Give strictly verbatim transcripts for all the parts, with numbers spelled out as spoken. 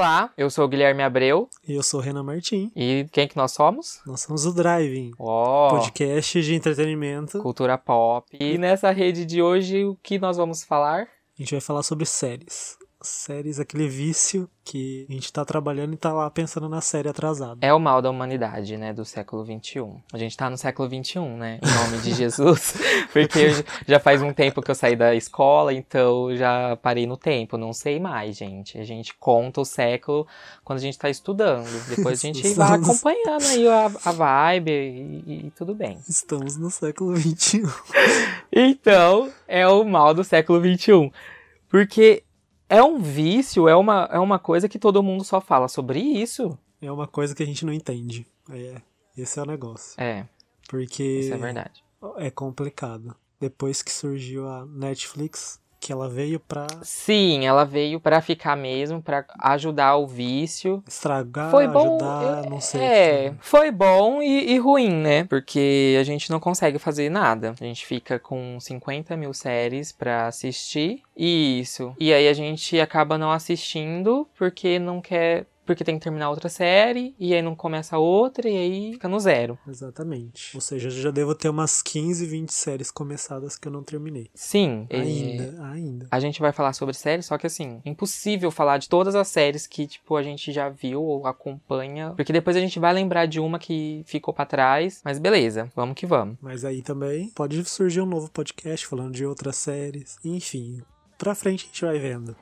Olá, eu sou o Guilherme Abreu. E eu sou o Renan Martim. E quem que nós somos? Nós somos o Driving, oh, podcast de entretenimento, cultura pop. E nessa rede de hoje, o que nós vamos falar? A gente vai falar sobre séries. Séries, aquele vício que a gente tá trabalhando e tá lá pensando na série atrasada. É o mal da humanidade, né, do século vinte e um. A gente tá no século vinte e um, né, em nome de Jesus, porque já faz um tempo que eu saí da escola, então já parei no tempo, não sei mais, gente. A gente conta o século quando a gente tá estudando, depois a gente Estamos... vai acompanhando aí a, a vibe e, e tudo bem. Estamos no século vinte e um. Então, é o mal do século vinte e um, porque... É um vício, é uma, é uma coisa que todo mundo só fala sobre isso. É uma coisa que a gente não entende. É, esse é o negócio. É, porque isso é verdade. É complicado. Depois que surgiu a Netflix, que ela veio pra... Sim, ela veio pra ficar mesmo, pra ajudar o vício. Estragar, foi bom, ajudar, não sei. É, foi bom e, e ruim, né? Porque a gente não consegue fazer nada. A gente fica com cinquenta mil séries pra assistir. E isso. E aí a gente acaba não assistindo porque não quer... Porque tem que terminar outra série, e aí não começa outra, e aí fica no zero. Exatamente. Ou seja, eu já devo ter umas quinze, vinte séries começadas que eu não terminei. Sim. Ainda, é... ainda. A gente vai falar sobre séries, só que assim, é impossível falar de todas as séries que, tipo, a gente já viu ou acompanha, porque depois a gente vai lembrar de uma que ficou pra trás, mas beleza, vamos que vamos. Mas aí também pode surgir um novo podcast falando de outras séries, enfim, pra frente a gente vai vendo.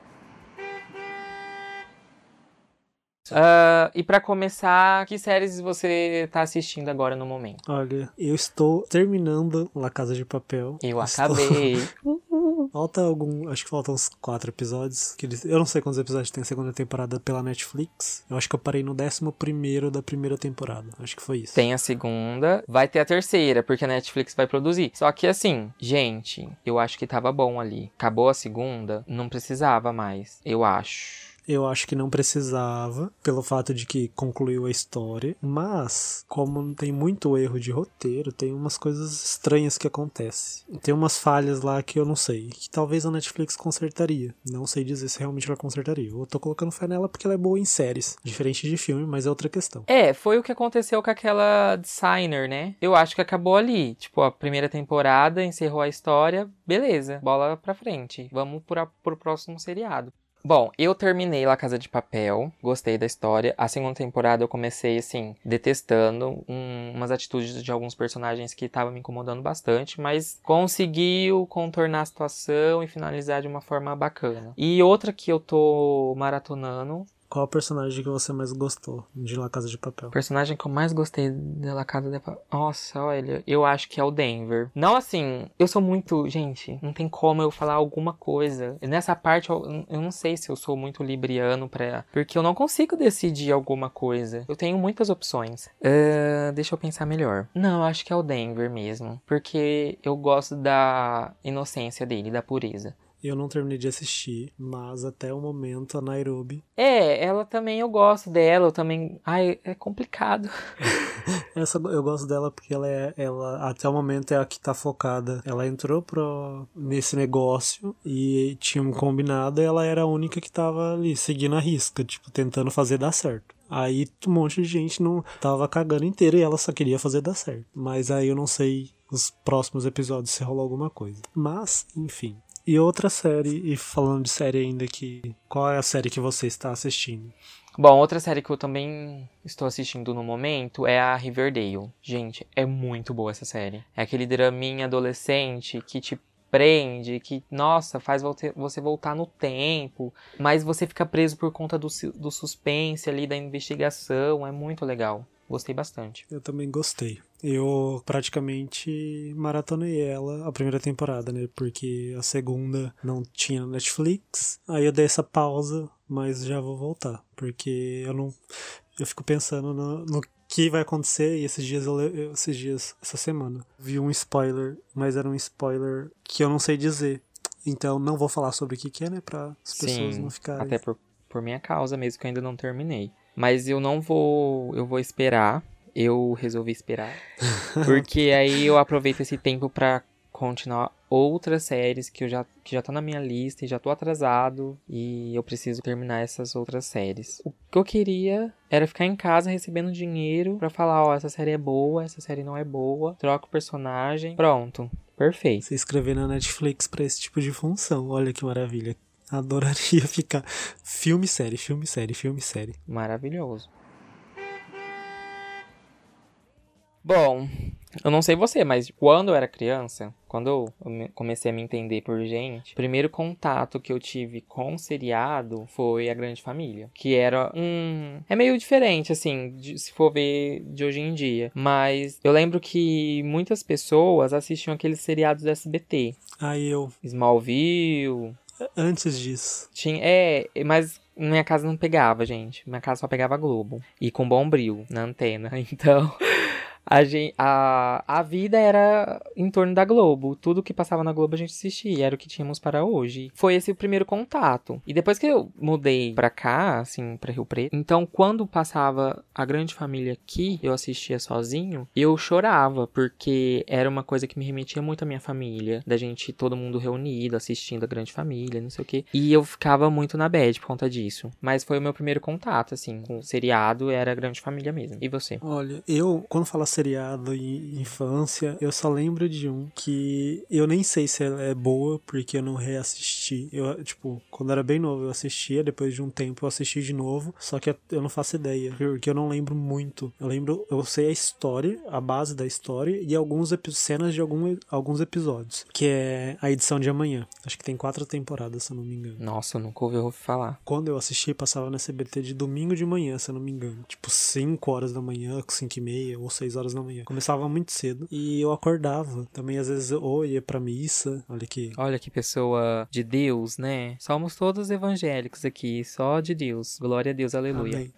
Uh, e pra começar, que séries você tá assistindo agora no momento? Olha, eu estou terminando La Casa de Papel. Eu estou... acabei. Falta algum... Acho que faltam uns quatro episódios. Que eles... Eu não sei quantos episódios tem a segunda temporada pela Netflix. Eu acho que eu parei no décimo primeiro da primeira temporada. Acho que foi isso. Tem a segunda. Vai ter a terceira, porque a Netflix vai produzir. Só que assim, gente, eu acho que tava bom ali. Acabou a segunda, não precisava mais. Eu acho. Eu acho que não precisava, pelo fato de que concluiu a história. Mas, como tem muito erro de roteiro, tem umas coisas estranhas que acontecem. Tem umas falhas lá que eu não sei, que talvez a Netflix consertaria. Não sei dizer se realmente ela consertaria. Eu tô colocando fé nela porque ela é boa em séries. Diferente de filme, mas é outra questão. É, foi o que aconteceu com aquela Designer, né? Eu acho que acabou ali. Tipo, a primeira temporada encerrou a história. Beleza, bola pra frente. Vamos pro, pro próximo seriado. Bom, eu terminei La Casa de Papel, gostei da história. A segunda temporada eu comecei, assim, detestando um, umas atitudes de alguns personagens que estavam me incomodando bastante, mas conseguiu contornar a situação e finalizar de uma forma bacana. E outra que eu tô maratonando... Qual o personagem que você mais gostou de La Casa de Papel? O personagem que eu mais gostei de La Casa de Papel... Nossa, olha, eu acho que é o Denver. Não assim, eu sou muito... Gente, não tem como eu falar alguma coisa. Nessa parte, eu, eu não sei se eu sou muito libriano pra... Porque eu não consigo decidir alguma coisa. Eu tenho muitas opções. Uh, deixa eu pensar melhor. Não, eu acho que é o Denver mesmo. Porque eu gosto da inocência dele, da pureza. Eu não terminei de assistir, mas até o momento a Nairobi... É, ela também, eu gosto dela, eu também... Ai, é complicado. Essa, eu gosto dela porque ela é, ela, até o momento é a que tá focada. Ela entrou pro, nesse negócio e tinha um combinado e ela era a única que tava ali, seguindo a risca, tipo, tentando fazer dar certo. Aí um monte de gente não tava cagando inteiro e ela só queria fazer dar certo. Mas aí eu não sei os próximos episódios se rolou alguma coisa. Mas, enfim... E outra série, e falando de série ainda aqui, qual é a série que você está assistindo? Bom, outra série que eu também estou assistindo no momento é a Riverdale. Gente, é muito boa essa série. É aquele draminha adolescente que te prende, que, nossa, faz você voltar no tempo, mas você fica preso por conta do, do suspense ali, da investigação. É muito legal. Gostei bastante. Eu também gostei. Eu praticamente maratonei ela, a primeira temporada, né? Porque a segunda não tinha Netflix. Aí eu dei essa pausa, mas já vou voltar. Porque eu não... Eu fico pensando no, no que vai acontecer. E esses dias, eu, eu, esses dias, essa semana, vi um spoiler, mas era um spoiler que eu não sei dizer. Então não vou falar sobre o que, que é, né? Pra as Sim, pessoas não ficarem... até por, por minha causa mesmo, que eu ainda não terminei. Mas eu não vou... Eu vou esperar. Eu resolvi esperar. Porque aí eu aproveito esse tempo pra continuar outras séries que eu já, que já tá na minha lista e já tô atrasado e eu preciso terminar essas outras séries. O que eu queria era ficar em casa recebendo dinheiro pra falar, ó, essa série é boa, essa série não é boa, troca o personagem, pronto, perfeito. Você escrever na Netflix pra esse tipo de função, olha que maravilha. Adoraria ficar filme, série, filme, série, filme, série. Maravilhoso. Bom, eu não sei você, mas quando eu era criança, quando eu comecei a me entender por gente, o primeiro contato que eu tive com seriado foi A Grande Família, que era um... é meio diferente, assim, de, se for ver de hoje em dia, mas eu lembro que muitas pessoas assistiam aqueles seriados do S B T. Ah, eu... Smallville... Antes disso. Tinha, é, mas minha casa não pegava, gente. Minha casa só pegava Globo. E com Bombril na antena. Então... A, gente, a, a vida era em torno da Globo. Tudo que passava na Globo a gente assistia. Era o que tínhamos para hoje. Foi esse o primeiro contato. E depois que eu mudei pra cá, assim, pra Rio Preto. Então, quando passava A Grande Família aqui, eu assistia sozinho. Eu chorava, porque era uma coisa que me remetia muito à minha família. Da gente, todo mundo reunido, assistindo A Grande Família, não sei o quê. E eu ficava muito na bad por conta disso. Mas foi o meu primeiro contato, assim, com o seriado. Era A Grande Família mesmo. E você? Olha, eu, quando falo seriado e infância, eu só lembro de um que eu nem sei se ela é boa, porque eu não reassisti. Eu, tipo, quando eu era bem novo eu assistia, depois de um tempo eu assisti de novo, só que eu não faço ideia, porque eu não lembro muito. Eu lembro, eu sei a história, a base da história e algumas cenas de algum, alguns episódios, que é a edição de amanhã. Acho que tem quatro temporadas, se eu não me engano. Nossa, eu nunca ouvi eu falar. Quando eu assisti, passava na S B T de domingo de manhã, se eu não me engano. Tipo, cinco horas da manhã, cinco e meia ou seis horas da manhã. Começava muito cedo e eu acordava. Também às vezes eu ia pra missa. Olha que... Olha que pessoa de Deus, né? Somos todos evangélicos aqui, só de Deus. Glória a Deus, aleluia. Amém.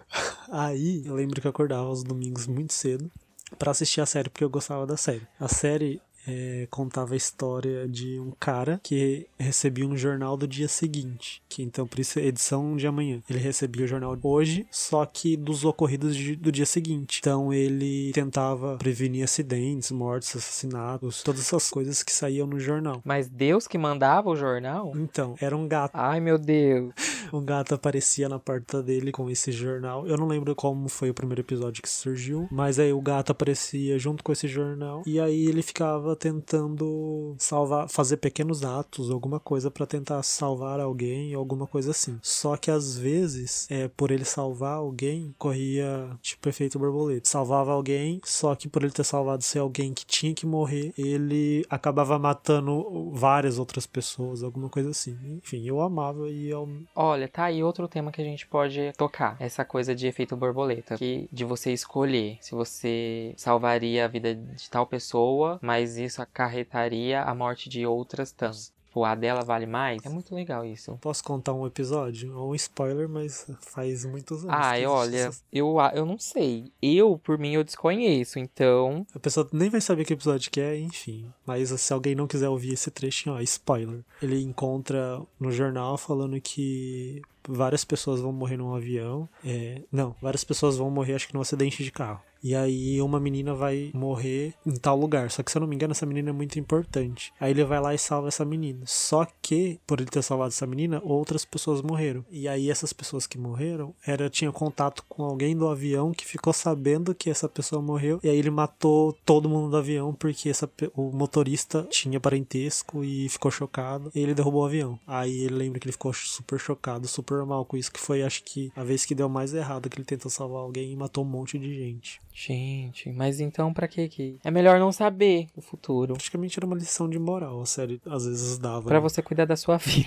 Aí eu lembro que eu acordava aos domingos muito cedo pra assistir a série, porque eu gostava da série. A série... É, contava a história de um cara que recebia um jornal do dia seguinte, que então por isso é edição de amanhã. Ele recebia o jornal hoje, só que dos ocorridos de, do dia seguinte. Então ele tentava prevenir acidentes, mortes, assassinatos, todas essas coisas que saíam no jornal. Mas Deus que mandava o jornal? Então, era um gato. Ai, meu Deus. Um gato aparecia na porta dele com esse jornal. Eu não lembro como foi o primeiro episódio que surgiu, mas aí o gato aparecia junto com esse jornal e aí ele ficava tentando salvar, fazer pequenos atos, alguma coisa pra tentar salvar alguém, alguma coisa assim. Só que às vezes, é, por ele salvar alguém, corria tipo efeito borboleta. Salvava alguém, só que por ele ter salvado ser alguém que tinha que morrer, ele acabava matando várias outras pessoas, alguma coisa assim. Enfim, eu amava e eu... Olha, tá aí outro tema que a gente pode tocar. Essa coisa de efeito borboleta. Que de você escolher se você salvaria a vida de tal pessoa, mas isso acarretaria a morte de outras tantas. Tipo, a dela vale mais? É muito legal isso. Posso contar um episódio? Um spoiler, mas faz muitos anos. Ai, olha, essa... eu, eu não sei. Eu, por mim, eu desconheço, então... A pessoa nem vai saber que episódio que é, enfim. Mas se alguém não quiser ouvir esse trechinho, ó, spoiler. Ele encontra no jornal falando que várias pessoas vão morrer num avião. É... Não, várias pessoas vão morrer, acho que num acidente de carro. E aí uma menina vai morrer em tal lugar. Só que, se eu não me engano, essa menina é muito importante. Aí ele vai lá e salva essa menina. Só que, por ele ter salvado essa menina, outras pessoas morreram. E aí essas pessoas que morreram, era, tinha contato com alguém do avião que ficou sabendo que essa pessoa morreu. E aí ele matou todo mundo do avião porque essa, o motorista tinha parentesco e ficou chocado. E ele derrubou o avião. Aí ele lembra que ele ficou super chocado, super mal com isso. Que foi, acho que, a vez que deu mais errado, que ele tentou salvar alguém e matou um monte de gente. Gente, mas então pra que que... É melhor não saber o futuro. Praticamente era uma lição de moral, a série às vezes dava. Pra né? você cuidar da sua vida.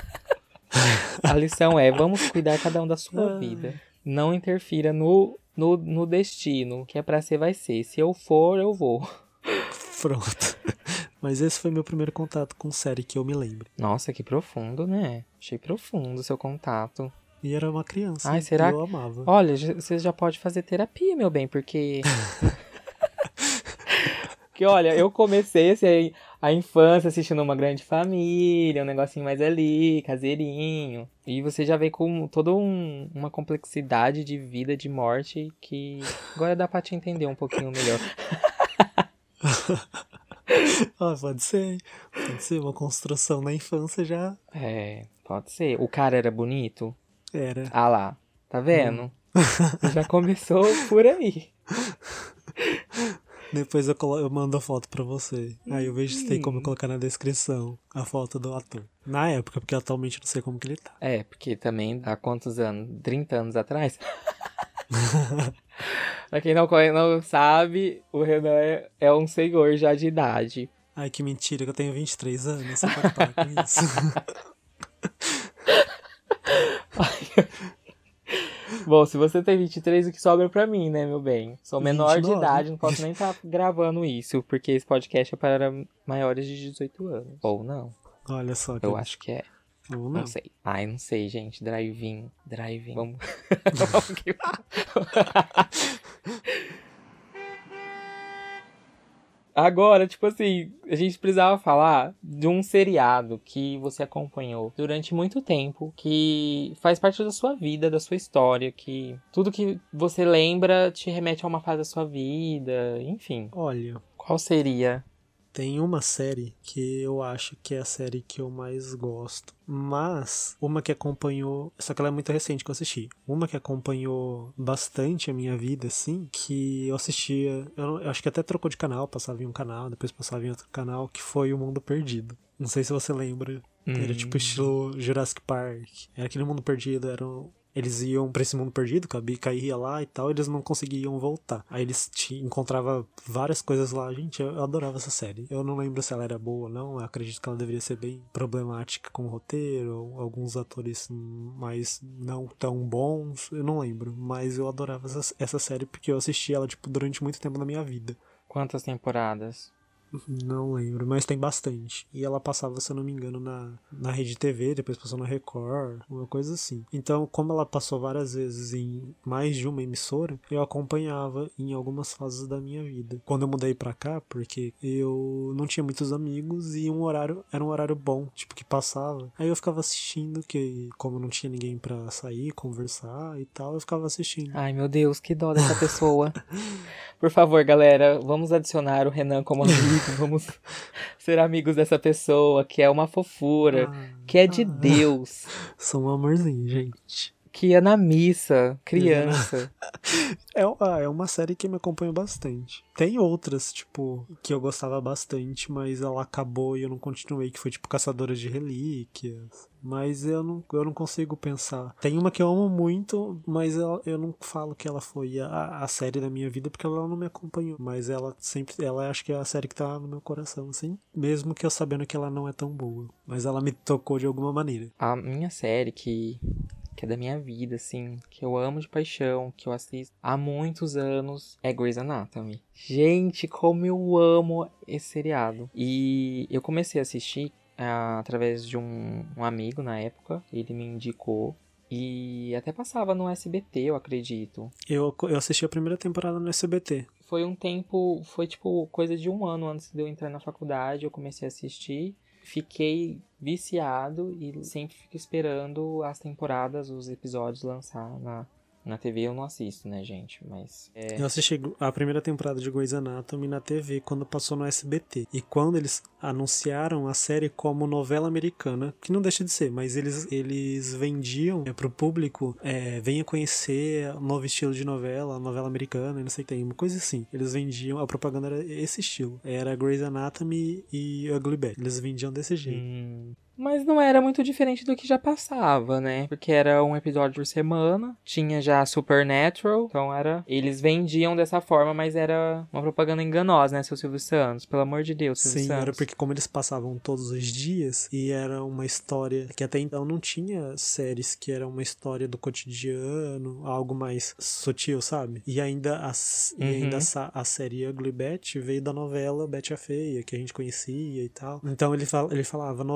A lição é, vamos cuidar cada um da sua vida. Não interfira no, no, no destino. Que é pra ser, vai ser. Se eu for, eu vou. Pronto. Mas esse foi meu primeiro contato com série que eu me lembro. Nossa, que profundo, né? Achei profundo o seu contato. E era uma criança. Ai, será e eu que... amava. Olha, você já pode fazer terapia, meu bem, porque... porque, olha, eu comecei assim, a infância assistindo Uma Grande Família, um negocinho mais ali, caseirinho. E você já veio com toda um, uma complexidade de vida, de morte, que agora dá pra te entender um pouquinho melhor. Ah, pode ser. Pode ser uma construção na infância já. É, pode ser. O cara era bonito? Era. Ah lá, tá vendo? Hum. Já começou por aí. Depois eu, colo... eu mando a foto pra você. Aí eu vejo se tem como eu Hum. colocar na descrição a foto do ator. Na época, porque atualmente eu não sei como que ele tá. É, porque também há quantos anos? trinta anos atrás? Pra quem não, conhe- não sabe, o Renan é, é um senhor já de idade. Ai, que mentira, que eu tenho vinte e três anos. Você pode parar com isso. Bom, se você tem vinte e três, o que sobra pra mim, né, meu bem? Sou menor vinte e nove. de idade, não posso nem estar gravando isso, porque esse podcast é para maiores de dezoito anos. Ou não. Olha só. Que Eu acho que é. Ou Não. não. não sei. Ai, não sei, gente. Drive-in. Drive-in. Vamos. Vamos que Agora, tipo assim, a gente precisava falar de um seriado que você acompanhou durante muito tempo, que faz parte da sua vida, da sua história, que tudo que você lembra te remete a uma fase da sua vida, enfim. Olha, Qual seria? tem uma série que eu acho que é a série que eu mais gosto. Mas, uma que acompanhou... Só que ela é muito recente que eu assisti. Uma que acompanhou bastante a minha vida, assim, que eu assistia... Eu, não- eu acho que até trocou de canal, passava em um canal, depois passava em outro canal, que foi O Mundo Perdido. Não sei se você lembra. Era tipo Hum. estilo Jurassic Park. Era aquele mundo perdido, era um- eles iam pra esse mundo perdido, cabia, caía lá e tal, eles não conseguiam voltar. Aí eles te, encontravam várias coisas lá. Gente, eu, eu adorava essa série. Eu não lembro se ela era boa ou não, eu acredito que ela deveria ser bem problemática com o roteiro, ou alguns atores mais não tão bons, eu não lembro. Mas eu adorava essa, essa série porque eu assisti ela, tipo, durante muito tempo na minha vida. Quantas temporadas? Não lembro, mas tem bastante. E ela passava, se eu não me engano, na, na Rede T V, depois passou na Record, uma coisa assim. Então, como ela passou várias vezes em mais de uma emissora, eu acompanhava em algumas fases da minha vida. Quando eu mudei pra cá, porque eu não tinha muitos amigos e um horário era um horário bom, tipo, que passava. Aí eu ficava assistindo, que como não tinha ninguém pra sair, conversar e tal, eu ficava assistindo. Ai, meu Deus, que dó dessa pessoa. Por favor, galera, vamos adicionar o Renan como amigo, vamos ser amigos dessa pessoa, que é uma fofura, Ah, que é de ah. Deus, Sou um amorzinho, gente. que ia na missa, criança. É, ah, é uma série que me acompanha bastante. Tem outras, tipo, que eu gostava bastante, mas ela acabou e eu não continuei, que foi tipo Caçadoras de Relíquias. Mas eu não, eu não consigo pensar. Tem uma que eu amo muito, mas eu, eu não falo que ela foi a, a série da minha vida, porque ela não me acompanhou. Mas ela sempre, ela acho que é a série que tá no meu coração, assim. Mesmo que eu sabendo que ela não é tão boa. Mas ela me tocou de alguma maneira. A minha série que, que é da minha vida, assim, que eu amo de paixão, que eu assisto há muitos anos, é Grey's Anatomy. Gente, como eu amo esse seriado. E eu comecei a assistir ah, através de um, um amigo na época, ele me indicou. E até passava no S B T, eu acredito. Eu, eu assisti a primeira temporada no S B T. Foi um tempo, foi tipo coisa de um ano antes de eu entrar na faculdade, eu comecei a assistir. Fiquei viciado e sempre fico esperando as temporadas, os episódios lançar na, na T V. Eu não assisto, né, gente? Mas é... Eu assisti a primeira temporada de Grey's Anatomy na T V quando passou no S B T. E quando eles anunciaram a série como novela americana, que não deixa de ser, mas eles, eles vendiam é, pro público, é, venha conhecer o novo estilo de novela, novela americana, não sei o que tem, uma coisa assim. Eles vendiam, a propaganda era esse estilo. Era Grey's Anatomy e Ugly Betty. Eles vendiam desse jeito. Hum... Mas não era muito diferente do que já passava, né? Porque era um episódio por semana, tinha já Supernatural, então era... Eles vendiam dessa forma, mas era uma propaganda enganosa, né, seu Silvio Santos? Pelo amor de Deus, Silvio Sim, Santos. era porque como eles passavam todos os dias, e era uma história que até então não tinha séries que era uma história do cotidiano, algo mais sutil, sabe? E ainda a, Uhum. e ainda a, a série Ugly Betty veio da novela Betty a Feia, que a gente conhecia e tal. Então ele, fala, ele falava novela americana.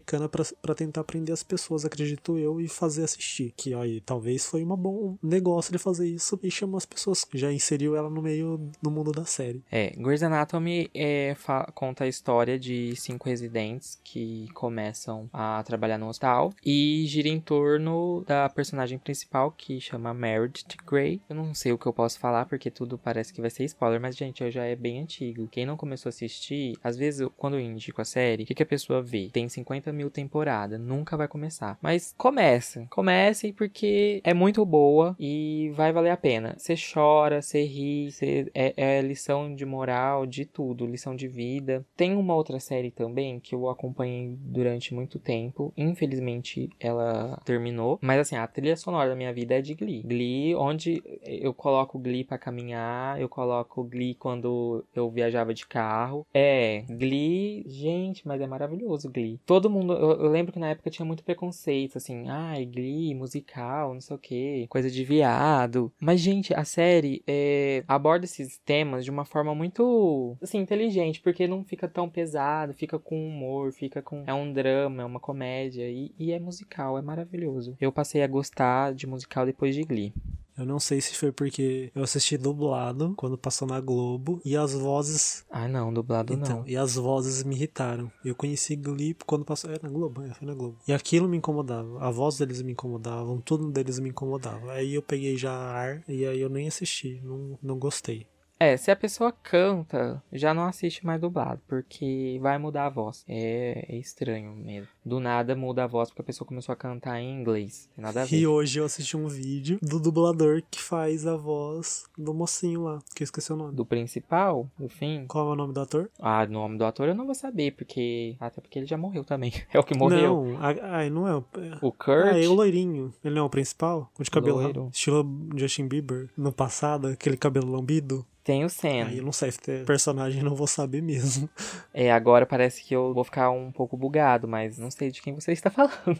americana pra, pra tentar prender as pessoas, acredito eu, e fazer assistir. Que aí, talvez foi um bom negócio de fazer isso e chamou as pessoas. Já inseriu ela no meio do mundo da série. É, Grey's Anatomy é, fa- conta a história de cinco residentes que começam a trabalhar no hospital e gira em torno da personagem principal, que chama Meredith Grey. Eu não sei o que eu posso falar, porque tudo parece que vai ser spoiler, mas, gente, já é bem antigo. Quem não começou a assistir, às vezes, eu, quando eu indico a série, o que, que a pessoa vê? Tem cinquenta mil temporadas, nunca vai começar. Mas comece, comecem, porque é muito boa e vai valer a pena. Você chora, você ri, você, é, é lição de moral, de tudo, lição de vida. Tem uma outra série também que eu acompanhei durante muito tempo. Infelizmente, ela terminou. Mas, assim, a trilha sonora da minha vida é de Glee. Glee, onde eu coloco Glee pra caminhar, eu coloco Glee quando eu viajava de carro. É, Glee, gente, mas é maravilhoso Glee. Todo mundo, eu, eu lembro que na época tinha muito preconceito, assim, ai, Glee, musical, não sei o que, coisa de viado. Mas, gente, a série é, aborda esses temas de uma forma muito, assim, inteligente, porque não fica tão pesado, fica com humor, fica com... É um drama, é uma comédia, e, e é musical, é maravilhoso. Eu passei a gostar de musical depois de Glee. Eu não sei se foi porque eu assisti dublado quando passou na Globo e as vozes... Ah, não, dublado então, não. E as vozes me irritaram. Eu conheci Glee quando passou... É na Globo, é, foi na Globo. E aquilo me incomodava. A voz deles me incomodavam, tudo deles me incomodava. Aí eu peguei já ar e aí eu nem assisti, não, não gostei. É, se a pessoa canta, já não assiste mais dublado, porque vai mudar a voz. É, é estranho mesmo. Do nada muda a voz porque a pessoa começou a cantar em inglês. Tem nada a ver. E hoje eu assisti um vídeo do dublador que faz a voz do mocinho lá, que eu esqueci o nome. Do principal, do fim. Qual é o nome do ator? Ah, o nome do ator eu não vou saber, porque... Até porque ele já morreu também. É o que morreu. Não, ai, não é o... O Kurt. Ah, é o loirinho. Ele não é o principal? O de cabelo Loiro. estilo Justin Bieber. No passado, aquele cabelo lambido. Tem o Sam. Aí eu não sei se tem personagem, não vou saber mesmo. É, agora parece que eu vou ficar um pouco bugado, mas não sei de quem você está falando.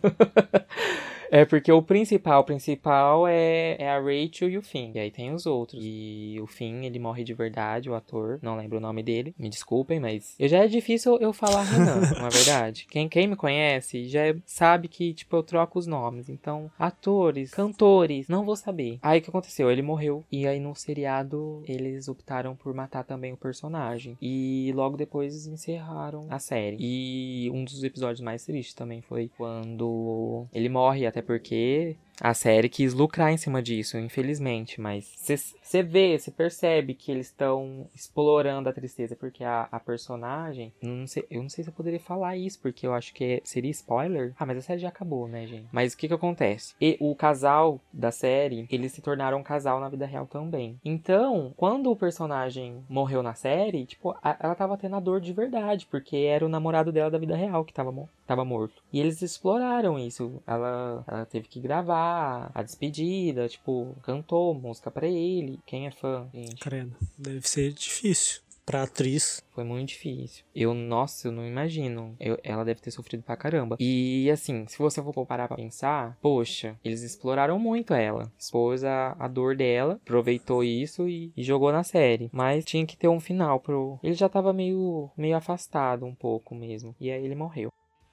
É porque o principal, o principal é, é a Rachel e o Finn. E aí tem os outros. E o Finn, ele morre de verdade, o ator. Não lembro o nome dele. Me desculpem, mas... Eu já é difícil eu falar Renan, na verdade. Quem, quem me conhece já sabe que, tipo, eu troco os nomes. Então, atores, cantores, não vou saber. Aí o que aconteceu? Ele morreu. E aí no seriado, eles optaram por matar também o personagem. E logo depois encerraram a série. E um dos episódios mais tristes também foi quando ele morre, até porque a série quis lucrar em cima disso, infelizmente. Mas você vê, você percebe que eles estão explorando a tristeza, porque a, a personagem... Não sei, eu não sei se eu poderia falar isso, porque eu acho que é, seria spoiler. Ah, mas a série já acabou, né, gente? Mas o que que acontece? E o casal da série, eles se tornaram um casal na vida real também. Então, quando o personagem morreu na série, tipo, a, ela tava tendo a dor de verdade, porque era o namorado dela da vida real que tava, tava morto. E eles exploraram isso. Ela, ela teve que gravar a despedida, tipo, cantou música pra ele. Quem é fã, gente? Credo, deve ser difícil pra atriz. Foi muito difícil. Eu, nossa, eu não imagino. Eu, ela deve ter sofrido pra caramba. E, assim, se você for parar pra pensar, poxa, eles exploraram muito ela. Expôs a, a dor dela, aproveitou isso e, e jogou na série. Mas tinha que ter um final pro... Ele já tava meio, meio afastado um pouco mesmo. E aí ele morreu.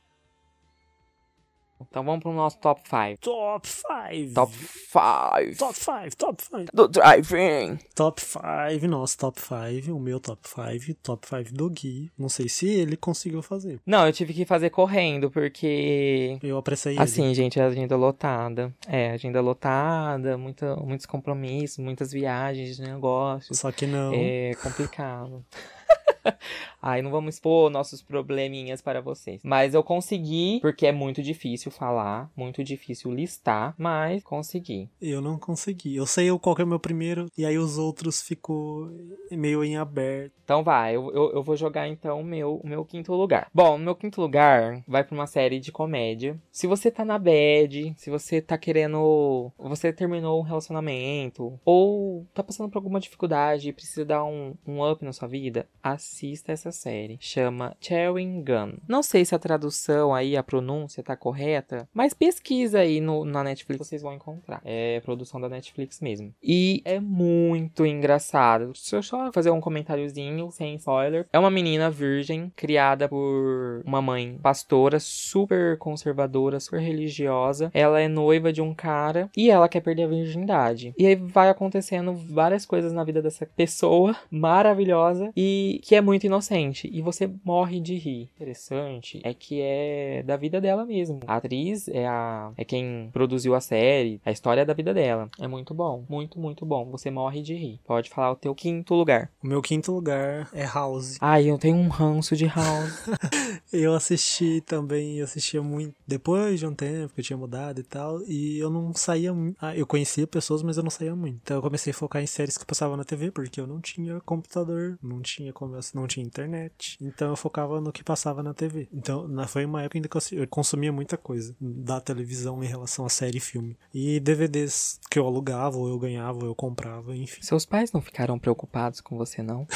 Então vamos pro nosso top cinco. Top cinco. Top cinco. Top cinco, top cinco. Do Drive-In. Top cinco, nosso top cinco, o meu top cinco, top cinco do Gui. Não sei se ele conseguiu fazer. Não, eu tive que fazer correndo, porque... Eu apressei Assim, ele. gente, a agenda lotada. É, agenda lotada, muita, muitos compromissos, muitas viagens de negócios. Só que não. É complicado. Ai, não vamos expor nossos probleminhas para vocês. Mas eu consegui, porque é muito difícil falar, muito difícil listar, mas consegui. Eu não consegui. Eu sei qual que é o meu primeiro, e aí os outros ficou meio em aberto. Então vai, eu, eu, eu vou jogar então o meu, o meu quinto lugar. Bom, o meu quinto lugar vai pra uma série de comédia. Se você tá na bad, se você tá querendo... Você terminou um relacionamento, ou tá passando por alguma dificuldade e precisa dar um, um up na sua vida, assista. assista essa série. Chama Chewing Gum. Não sei se a tradução aí, a pronúncia tá correta, mas pesquisa aí no, na Netflix, vocês vão encontrar. É produção da Netflix mesmo. E é muito engraçado. Deixa eu só fazer um comentáriozinho, sem spoiler. É uma menina virgem, criada por uma mãe pastora, super conservadora, super religiosa. Ela é noiva de um cara e ela quer perder a virgindade. E aí vai acontecendo várias coisas na vida dessa pessoa maravilhosa e que é muito inocente. E você morre de rir. Interessante é que é da vida dela mesmo. A atriz é, a, é quem produziu a série, a história é da vida dela. É muito bom, muito, muito bom. Você morre de rir. Pode falar o teu quinto lugar. O meu quinto lugar é House. Ai, eu tenho um ranço de House. Eu assisti também, eu assistia muito depois de um tempo que eu tinha mudado e tal, e eu não saía muito. Ah, eu conhecia pessoas, mas eu não saía muito. Então eu comecei a focar em séries que passavam na T V, porque eu não tinha computador, não tinha como, não tinha internet. Então eu focava no que passava na T V. Então foi uma época ainda que eu consumia muita coisa da televisão em relação a série e filme. E D V Ds que eu alugava, ou eu ganhava, ou eu comprava, enfim. Seus pais não ficaram preocupados com você, não?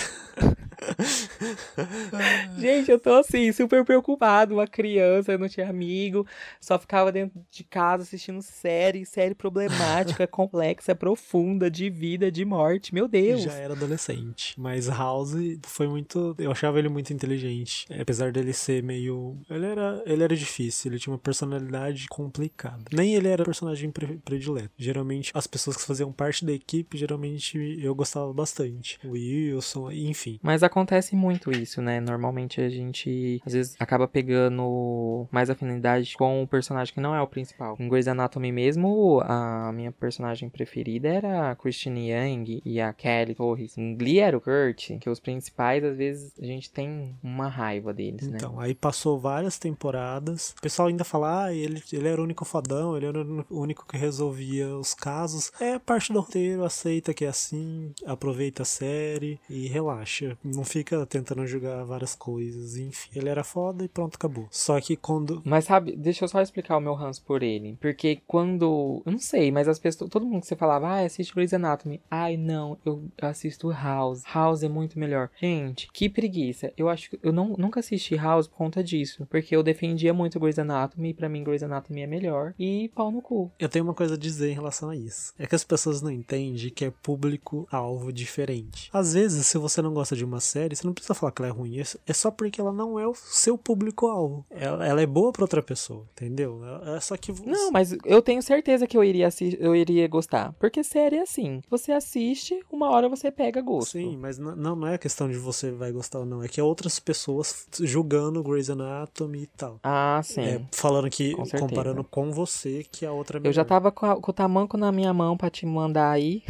Gente, eu tô assim, super preocupado. Uma criança, eu não tinha amigo, só ficava dentro de casa assistindo série, série problemática, complexa, profunda, de vida, de morte. Meu Deus! Já era adolescente. Mas House foi muito. Eu achava ele muito inteligente. Apesar dele ser meio. Ele era, ele era difícil, ele tinha uma personalidade complicada. Nem ele era personagem pre- predileto. Geralmente, as pessoas que faziam parte da equipe, geralmente eu gostava bastante. O Wilson, enfim. Mas acontece muito isso, né? Normalmente a gente, às vezes, acaba pegando mais afinidade com o personagem que não é o principal. Em Grey's Anatomy mesmo, a minha personagem preferida era a Christine Yang e a Kelly Torres. Em Glee era o Kurt, que os principais, às vezes, a gente tem uma raiva deles, né? Então, aí passou várias temporadas. O pessoal ainda fala, ah, ele, ele era o único fodão, ele era o único que resolvia os casos. É parte do roteiro, aceita que é assim, aproveita a série e relaxa. Não fica tentando julgar várias coisas, enfim. Ele era foda e pronto, acabou. Só que quando... Mas sabe, deixa eu só explicar o meu ranço por ele. Porque quando... Eu não sei, mas as pessoas... Todo mundo que você falava, ah, assiste Grey's Anatomy. Ai, não, eu assisto House. House é muito melhor. Gente, que preguiça. Eu acho que... Eu não, nunca assisti House por conta disso. Porque eu defendia muito Grey's Anatomy e pra mim Grey's Anatomy é melhor. E pau no cu. Eu tenho uma coisa a dizer em relação a isso. É que as pessoas não entendem que é público-alvo diferente. Às vezes, se você não gosta de uma série, você não precisa falar que ela é ruim. É só porque ela não é o seu público-alvo. Ela, ela é boa pra outra pessoa, entendeu? É só que... Você... Não, mas eu tenho certeza que eu iria, assi- eu iria gostar. Porque série é assim. Você assiste, uma hora você pega gosto. Sim, mas não, não é questão de você vai gostar ou não. É que é outras pessoas julgando Grey's Anatomy e tal. Ah, sim. É, falando que, Com certeza. comparando com você, que a outra é melhor. Eu já tava com, a, com o tamanco na minha mão pra te mandar aí.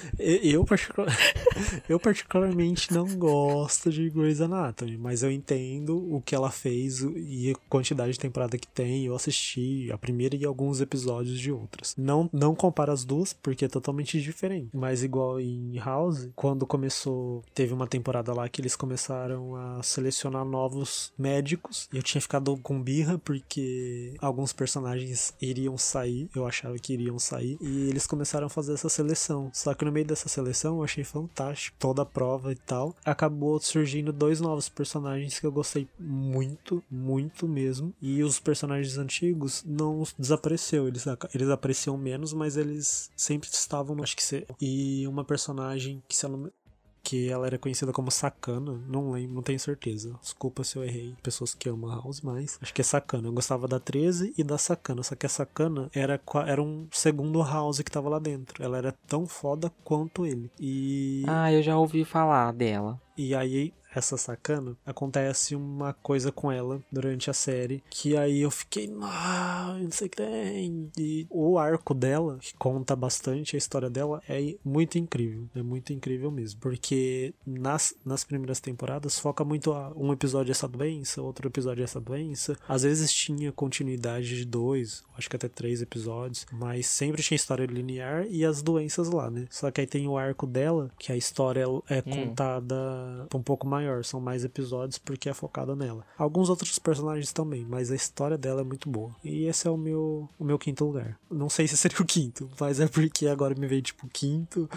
Eu, particular... eu particularmente não gosto de Grey's Anatomy, mas eu entendo o que ela fez e a quantidade de temporada que tem. Eu assisti a primeira e alguns episódios de outras. Não, não comparo as duas, porque é totalmente diferente. Mas igual em House, quando começou, teve uma temporada lá que eles começaram a selecionar novos médicos. E eu tinha ficado com birra, porque alguns personagens iriam sair, eu achava que iriam sair, e eles começaram a fazer essa seleção. Só que no meio dessa seleção eu achei fantástico, toda a prova e tal. Acabou surgindo dois novos personagens que eu gostei muito, muito mesmo. E os personagens antigos não desapareceu, eles, eles apareciam menos, mas eles sempre estavam, acho que se... E uma personagem que se ela que ela era conhecida como Sakana, não lembro, não tenho certeza. Desculpa se eu errei, pessoas que amam House, mas acho que é Sakana. Eu gostava da treze e da Sakana, só que a Sakana era, era um segundo House que tava lá dentro. Ela era tão foda quanto ele. E... Ah, eu já ouvi falar dela. E aí, essa Sakana, acontece uma coisa com ela durante a série, que aí eu fiquei, ah, não sei o que tem. E o arco dela, que conta bastante a história dela, é muito incrível. É muito incrível mesmo. Porque nas, nas primeiras temporadas foca muito a, um episódio essa doença, outro episódio essa doença. Às vezes tinha continuidade de dois, acho que até três episódios, mas sempre tinha história linear e as doenças lá, né? Só que aí tem o arco dela, que a história é hum. contada um pouco maior, são mais episódios porque é focada nela. Alguns outros personagens também, mas a história dela é muito boa. E esse é o meu, o meu quinto lugar. Não sei se seria o quinto, mas é porque agora me veio tipo quinto,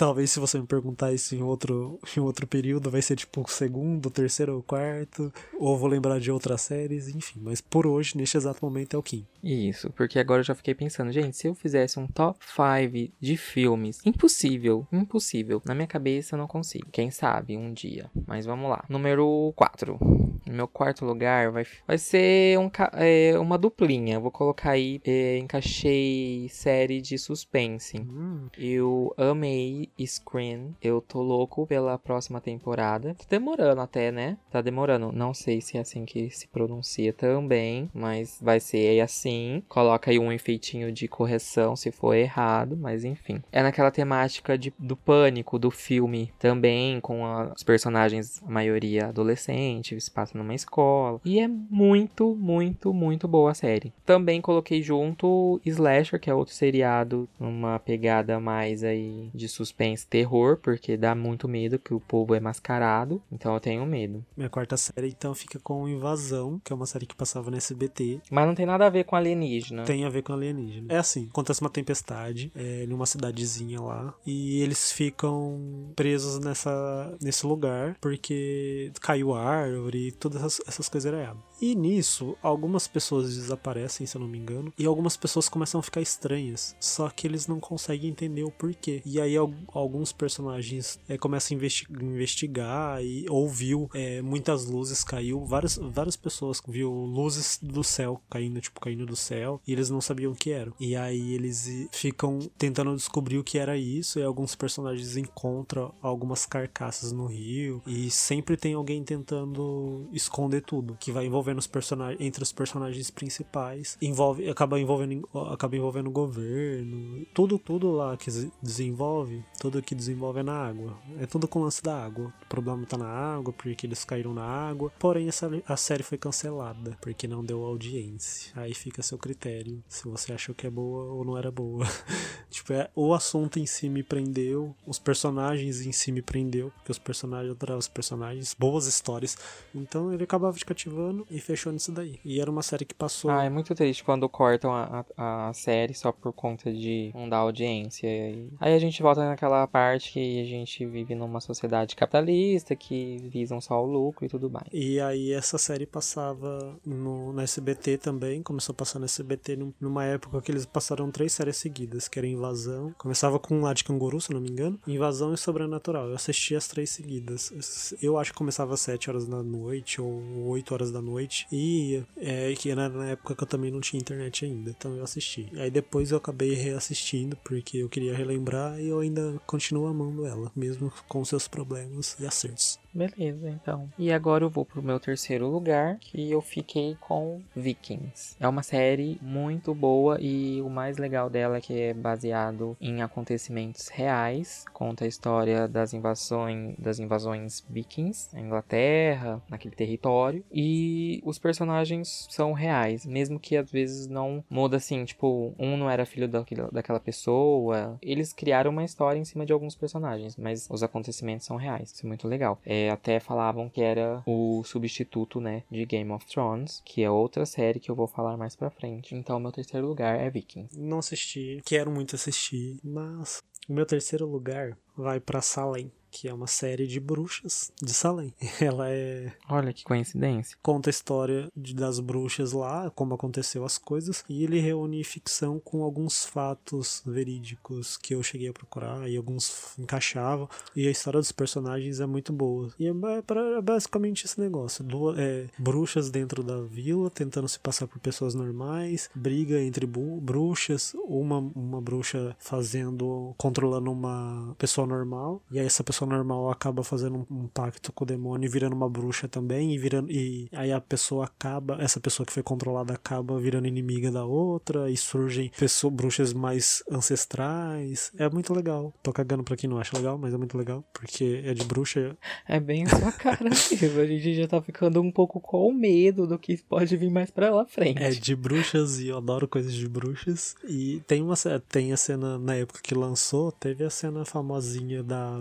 Talvez se você me perguntar isso em outro, em outro período, vai ser tipo o segundo, o terceiro ou o quarto, ou vou lembrar de outras séries, enfim. Mas por hoje, neste exato momento, é o Kim. Isso, porque agora eu já fiquei pensando, gente, se eu fizesse um top cinco de filmes, impossível, impossível. Na minha cabeça eu não consigo. Quem sabe um dia. Mas vamos lá. Número quatro. No meu quarto lugar vai, vai ser um, é, uma duplinha. Vou colocar aí, é, encaixei série de suspense. Hum. Eu amei Scream. Eu tô louco pela próxima temporada. Tá demorando até, né? Tá demorando. Não sei se é assim que se pronuncia também, mas vai ser assim. Coloca aí um efeitinho de correção se for errado, mas enfim. É naquela temática de, do pânico do filme também, com a, os personagens, a maioria adolescente, se passa numa escola. E é muito, muito, muito boa a série. Também coloquei junto Slasher, que é outro seriado, uma pegada mais aí de suspense, terror, porque dá muito medo, que o povo é mascarado, então eu tenho medo. Minha quarta série, então, fica com Invasão, que é uma série que passava no S B T. Mas não tem nada a ver com alienígena. Tem a ver com alienígena. É assim, acontece uma tempestade é, numa cidadezinha lá, e eles ficam presos nessa, nesse lugar, porque caiu árvore e todas essas, essas coisas erradas. E nisso, algumas pessoas desaparecem, se eu não me engano, e algumas pessoas começam a ficar estranhas, só que eles não conseguem entender o porquê. E aí alguns personagens é, começam a investi- investigar e ouviu é, muitas luzes, caiu, várias, várias pessoas viu luzes do céu caindo, tipo, caindo do céu, e eles não sabiam o que era. E aí eles ficam tentando descobrir o que era isso, e alguns personagens encontram algumas carcaças no rio, e sempre tem alguém tentando esconder tudo, que vai envolvendo os personagens, entre os personagens principais, envolve, acaba envolvendo, acaba envolvendo o governo, tudo, tudo lá que desenvolve, tudo que desenvolve é na água. É tudo com o lance da água. O problema tá na água, porque eles caíram na água. Porém, essa, a série foi cancelada, porque não deu audiência. Aí fica a seu critério, se você achou que é boa ou não era boa. Tipo, é, o assunto em si me prendeu, os personagens em si me prendeu, porque os personagens, adoravam os personagens, boas histórias. Então ele acabava te cativando e fechou nisso daí. E era uma série que passou... Ah, é muito triste quando cortam a, a, a série só por conta de não dar audiência. Aí a gente volta naquela parte que a gente vive numa sociedade capitalista, que visam só o lucro e tudo mais. E aí essa série passava no, no S B T também, começou a passar no S B T numa época que eles passaram três séries seguidas, que era Invasão, começava com um lá de canguru, se não me engano, Invasão e Sobrenatural. Eu assisti as três seguidas. Eu acho que começava às sete horas da noite ou oito horas da noite, e é, que era na época que eu também não tinha internet ainda, então eu assisti. Aí depois eu acabei reassistindo, porque eu queria relembrar, e eu ainda continuo amando ela, mesmo com seus problemas e acertos. Beleza, então. E agora eu vou pro meu terceiro lugar, que eu fiquei com Vikings. É uma série muito boa e o mais legal dela é que é baseado em acontecimentos reais. Conta a história das invasões, das invasões vikings na Inglaterra, naquele território. E os personagens são reais, mesmo que às vezes não muda assim, tipo, um não era filho daquela, daquela pessoa. Eles criaram uma história em cima de alguns personagens, mas os acontecimentos são reais. Isso é muito legal. É, até falavam que era o substituto, né, de Game of Thrones, que é outra série que eu vou falar mais pra frente. Então, meu terceiro lugar é Vikings. Não assisti, quero muito assistir, mas o meu terceiro lugar vai pra Salem, que é uma série de bruxas de Salem. Ela é... Olha que coincidência. Conta a história de, das bruxas lá, como aconteceu as coisas, e ele reúne ficção com alguns fatos verídicos que eu cheguei a procurar, e alguns encaixavam, e a história dos personagens é muito boa. E é, é basicamente esse negócio, do, é, bruxas dentro da vila, tentando se passar por pessoas normais, briga entre bruxas, uma, uma bruxa fazendo, controlando uma pessoa normal, e aí essa pessoa normal acaba fazendo um, um pacto com o demônio e virando uma bruxa também, e, virando, e aí a pessoa acaba, essa pessoa que foi controlada acaba virando inimiga da outra, e surgem pessoas, bruxas mais ancestrais. É muito legal. Tô cagando pra quem não acha legal, mas é muito legal, porque é de bruxa. É bem a sua cara mesmo. A gente já tá ficando um pouco com medo do que pode vir mais pra lá frente. É de bruxas, e eu adoro coisas de bruxas. E tem uma tem a cena, na época que lançou, teve a cena famosinha da personagem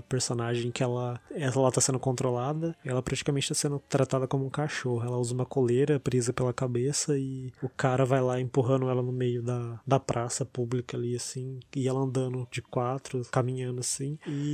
personagem que ela, ela tá sendo controlada, ela praticamente tá sendo tratada como um cachorro. Ela usa uma coleira presa pela cabeça e o cara vai lá empurrando ela no meio da, da praça pública ali, assim, e ela andando de quatro, caminhando assim,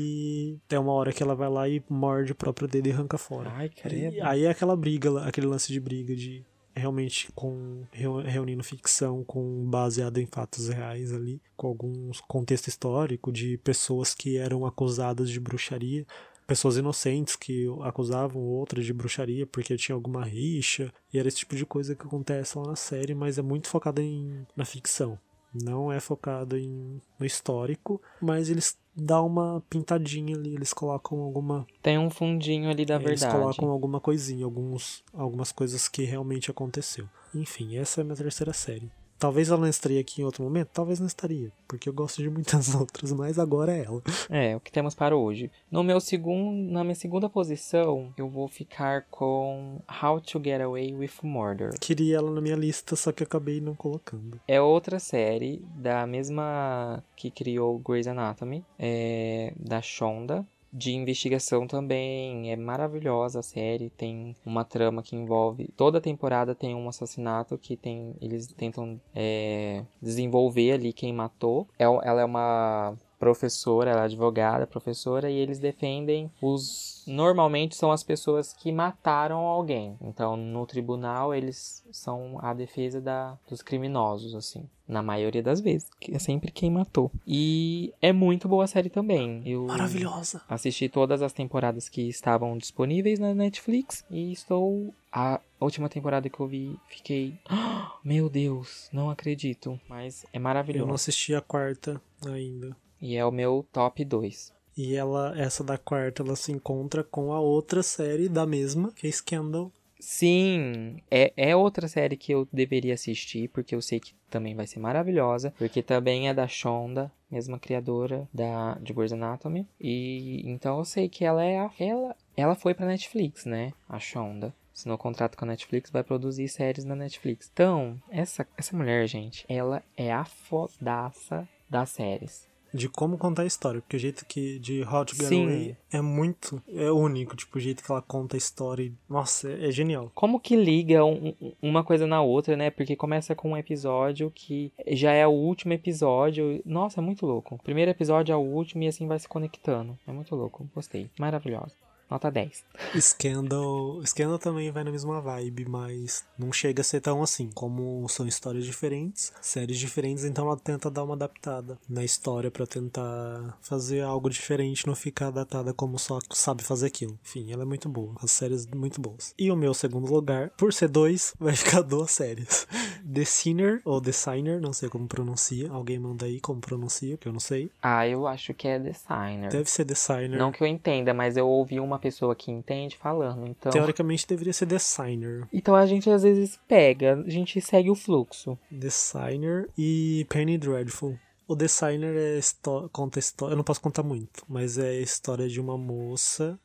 e tem uma hora que ela vai lá e morde o próprio dedo e arranca fora. Ai, credo. E aí é aquela briga, aquele lance de briga de realmente com reunindo ficção com baseado em fatos reais ali, com algum contexto histórico de pessoas que eram acusadas de bruxaria, pessoas inocentes que acusavam outras de bruxaria porque tinha alguma rixa, e era esse tipo de coisa que acontece lá na série, mas é muito focado em, na ficção. Não é focado em, no histórico, mas eles dão uma pintadinha ali, eles colocam alguma... Tem um fundinho ali da eles verdade. Eles colocam alguma coisinha, alguns, algumas coisas que realmente aconteceu. Enfim, essa é a minha terceira série. Talvez ela não estaria aqui em outro momento, talvez não estaria, porque eu gosto de muitas outras, mas agora é ela. É, o que temos para hoje. No meu segundo, na minha segunda posição, eu vou ficar com How to Get Away with Murder. Queria ela na minha lista, só que eu acabei não colocando. É outra série da mesma que criou Grey's Anatomy, é, da Shonda. De investigação também, é maravilhosa a série, tem uma trama que envolve, toda temporada tem um assassinato que tem, eles tentam é, desenvolver ali quem matou. Ela é uma professora, ela é advogada, professora, e eles defendem os... Normalmente são as pessoas que mataram alguém. Então, no tribunal, eles são a defesa da, dos criminosos, assim. Na maioria das vezes, que é sempre quem matou. E é muito boa a série também. Eu Maravilhosa! Assisti todas as temporadas que estavam disponíveis na Netflix e estou... A última temporada que eu vi, fiquei... Oh, meu Deus, não acredito. Mas é maravilhoso. Eu não assisti a quarta ainda. E é o meu top dois. E ela, essa da quarta, ela se encontra com a outra série da mesma, que é Scandal. Sim, é, é outra série que eu deveria assistir, porque eu sei que também vai ser maravilhosa, porque também é da Shonda, mesma criadora da, de Grey's Anatomy, e então eu sei que ela é a, ela, ela foi pra Netflix, né, a Shonda. Assinou contrato com a Netflix, vai produzir séries na Netflix. Então, essa, essa mulher, gente, ela é a fodaça das séries. De como contar a história, porque o jeito que de How to Get Away é muito, é único, tipo, o jeito que ela conta a história, e, nossa, é, é genial. Como que liga um, uma coisa na outra, né, porque começa com um episódio que já é o último episódio, nossa, é muito louco. O primeiro episódio é o último e assim vai se conectando, é muito louco, gostei, maravilhosa. Nota dez. Scandal, Scandal também vai na mesma vibe, mas não chega a ser tão assim. Como são histórias diferentes, séries diferentes, então ela tenta dar uma adaptada na história pra tentar fazer algo diferente, não ficar datada como só sabe fazer aquilo. Enfim, ela é muito boa. As séries muito boas. E o meu segundo lugar, por ser dois, vai ficar duas séries. The Sinner, ou The Signer, não sei como pronuncia. Alguém manda aí como pronuncia, que eu não sei. Ah, eu acho que é The Signer. Deve ser The Signer. Não que eu entenda, mas eu ouvi uma pessoa que entende falando, então... Teoricamente deveria ser The Signer. Então a gente às vezes pega, a gente segue o fluxo. The Signer e Penny Dreadful. O The Signer é esto- conta história... Eu não posso contar muito, mas é a história de uma moça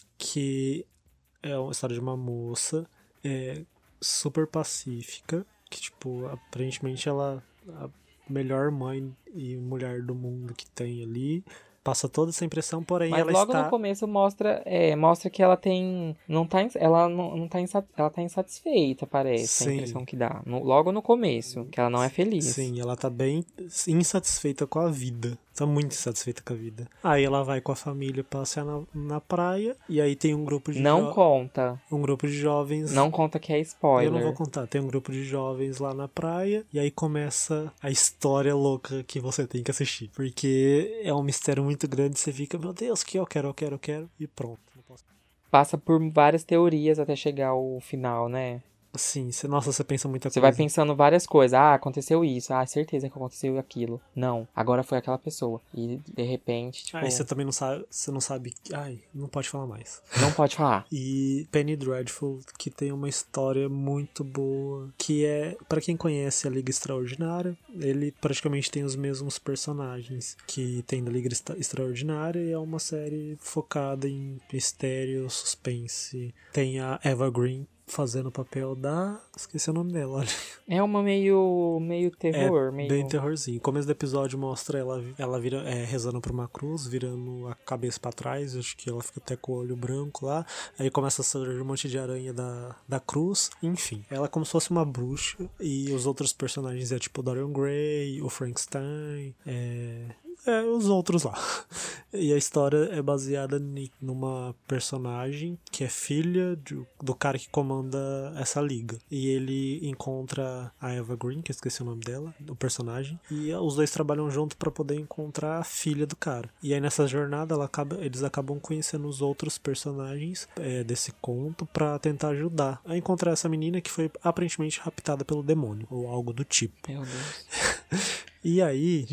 que... É uma história de uma moça é, super pacífica, que, tipo, aparentemente ela é a melhor mãe e mulher do mundo que tem ali. Passa toda essa impressão, porém Mas ela logo está... no começo mostra, é, mostra que ela tem... Não tá, ela não, não tá, insat, ela tá insatisfeita, parece. Sim. A impressão que dá. No, logo no começo, que ela não é feliz. Sim, ela tá bem insatisfeita com a vida. Tá muito insatisfeita com a vida. Aí ela vai com a família passear na, na praia. E aí tem um grupo de... Não jo- conta. Um grupo de jovens... Não conta que é spoiler. Eu não vou contar. Tem um grupo de jovens lá na praia. E aí começa a história louca que você tem que assistir. Porque é um mistério muito grande. Você fica, meu Deus, que eu quero, eu quero, eu quero. E pronto. Não posso... Passa por várias teorias até chegar ao final, né? Sim, você, nossa, você pensa muita Você coisa. vai pensando várias coisas. Ah, aconteceu isso. Ah, certeza que aconteceu aquilo. Não, agora foi aquela pessoa. E de repente, tipo... Aí você também não sabe, você não sabe... Ai, não pode falar mais. Não pode falar. E Penny Dreadful, que tem uma história muito boa, que é, pra quem conhece a Liga Extraordinária, ele praticamente tem os mesmos personagens que tem da Liga Extra- Extraordinária, e é uma série focada em mistério, suspense. Tem a Eva Green, fazendo o papel da... Esqueci o nome dela, olha. É uma meio, meio terror. É, meio... bem terrorzinho. O começo do episódio mostra ela, ela vira, é, rezando pra uma cruz, virando a cabeça pra trás. Acho que ela fica até com o olho branco lá. Aí começa a surgir um monte de aranha da, da cruz. Enfim, ela é como se fosse uma bruxa. E os outros personagens é tipo o Dorian Gray, o Frankenstein, é... É, os outros lá. E a história é baseada em numa personagem que é filha de, do cara que comanda essa liga. E ele encontra a Eva Green, que eu esqueci o nome dela, do personagem. E os dois trabalham junto para poder encontrar a filha do cara. E aí nessa jornada ela acaba, eles acabam conhecendo os outros personagens é, desse conto para tentar ajudar a encontrar essa menina que foi aparentemente raptada pelo demônio, ou algo do tipo. Meu Deus. E aí...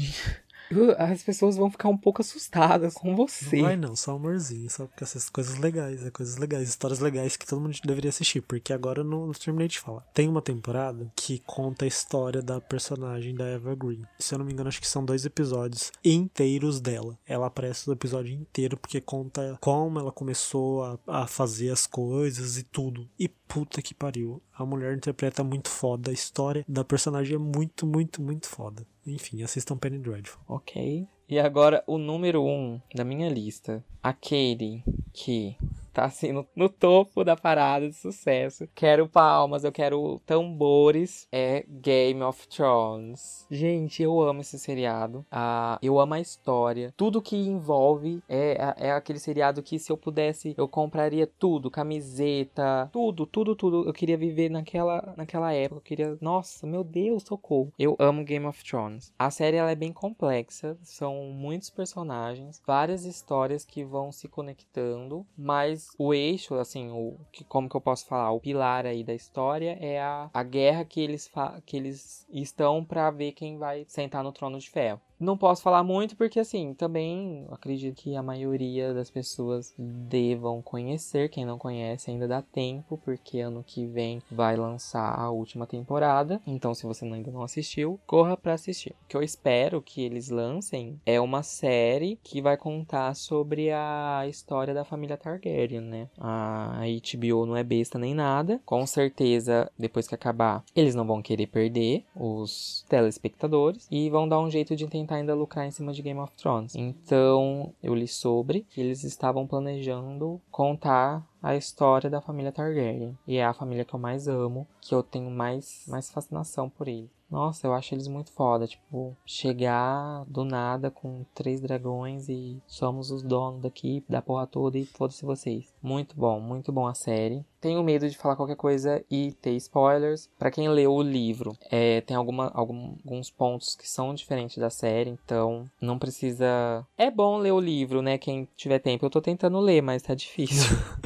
As pessoas vão ficar um pouco assustadas com você. Não vai não, só amorzinho, só porque essas coisas legais, é coisas legais, histórias legais que todo mundo deveria assistir, porque agora eu não, não terminei de falar. Tem uma temporada que conta a história da personagem da Eva Green. Se eu não me engano, acho que são dois episódios inteiros dela. Ela aparece no episódio inteiro porque conta como ela começou a, a fazer as coisas e tudo. E puta que pariu, a mulher interpreta muito foda, a história da personagem é muito, muito, muito foda. Enfim, assistam Penny Dreadful. Ok. E agora o número um da minha lista. Aquele que tá assim no, no topo da parada de sucesso. Quero palmas, eu quero tambores. É Game of Thrones. Gente, eu amo esse seriado. Ah, eu amo a história. Tudo que envolve é, é aquele seriado que se eu pudesse, eu compraria tudo. Camiseta, tudo, tudo, tudo. Eu queria viver naquela, naquela época. Eu queria... Nossa, meu Deus, socorro. Eu amo Game of Thrones. A série ela é bem complexa. São muitos personagens. Várias histórias que vão se conectando. Mas o eixo, assim, o, que, como que eu posso falar? O pilar aí da história é a, a guerra que eles, fa- que eles estão pra ver quem vai sentar no trono de ferro. Não posso falar muito porque, assim, também acredito que a maioria das pessoas devam conhecer. Quem não conhece ainda dá tempo, porque ano que vem vai lançar a última temporada. Então, se você ainda não assistiu, corra pra assistir. O que eu espero que eles lancem é uma série que vai contar sobre a história da família Targaryen, né? A H B O não é besta nem nada. Com certeza, depois que acabar, eles não vão querer perder os telespectadores e vão dar um jeito de tentar ainda lucrar em cima de Game of Thrones. Então, eu li sobre que eles estavam planejando contar a história da família Targaryen. E é a família que eu mais amo, que eu tenho mais, mais fascinação por eles. Nossa, eu acho eles muito foda, tipo, chegar do nada com três dragões e somos os donos daqui, da porra toda e foda-se vocês. Muito bom, muito bom a série. Tenho medo de falar qualquer coisa e ter spoilers. Pra quem leu o livro, é, tem alguma, algum, alguns pontos que são diferentes da série, então não precisa... É bom ler o livro, né, quem tiver tempo. Eu tô tentando ler, mas tá difícil.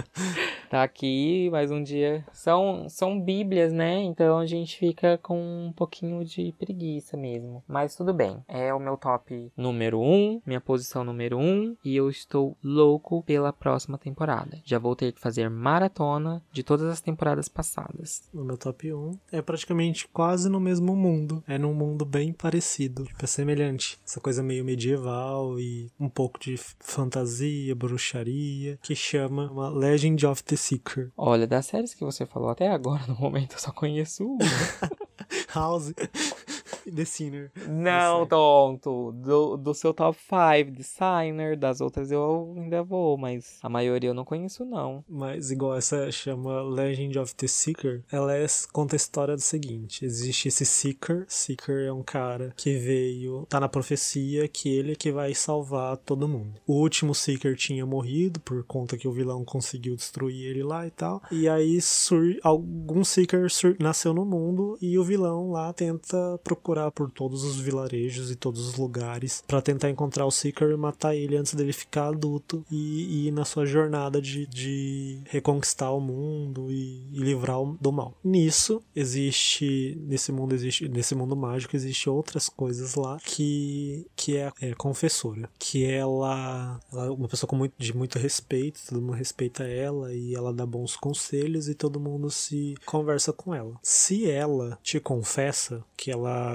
Tá aqui, mais um dia. São, são bíblias, né? Então a gente fica com um pouquinho de preguiça mesmo. Mas tudo bem. É o meu top número um, minha posição número um. E eu estou louco pela próxima temporada. Já vou ter que fazer maratona de todas as temporadas passadas. O meu top um é praticamente quase no mesmo mundo. É num mundo bem parecido. Tipo, é semelhante. Essa coisa meio medieval e um pouco de fantasia, bruxaria. Que chama uma Legend of the Seeker. Olha, das séries que você falou até agora, no momento, eu só conheço uma. House e The Sinner. Não, tonto. Do, do seu top cinco, Designer, das outras eu ainda vou, mas a maioria eu não conheço, não. Mas igual essa chama Legend of the Seeker, ela é, conta a história do seguinte. Existe esse Seeker. Seeker é um cara que veio... Tá na profecia que ele é que vai salvar todo mundo. O último Seeker tinha morrido por conta que o vilão conseguiu destruir ele lá e tal. E aí sur, algum Seeker sur, nasceu no mundo e o vilão lá tenta procurar por todos os vilarejos e todos os lugares pra tentar encontrar o Seeker e matar ele antes dele ficar adulto e, e ir na sua jornada de, de reconquistar o mundo e, e livrar o, do mal. Nisso existe, nesse mundo existe, nesse mundo mágico existe outras coisas lá que, que é a é, confessora, que ela, ela é uma pessoa com muito, de muito respeito, todo mundo respeita ela e ela dá bons conselhos e todo mundo se conversa com ela. Se ela te confessa que ela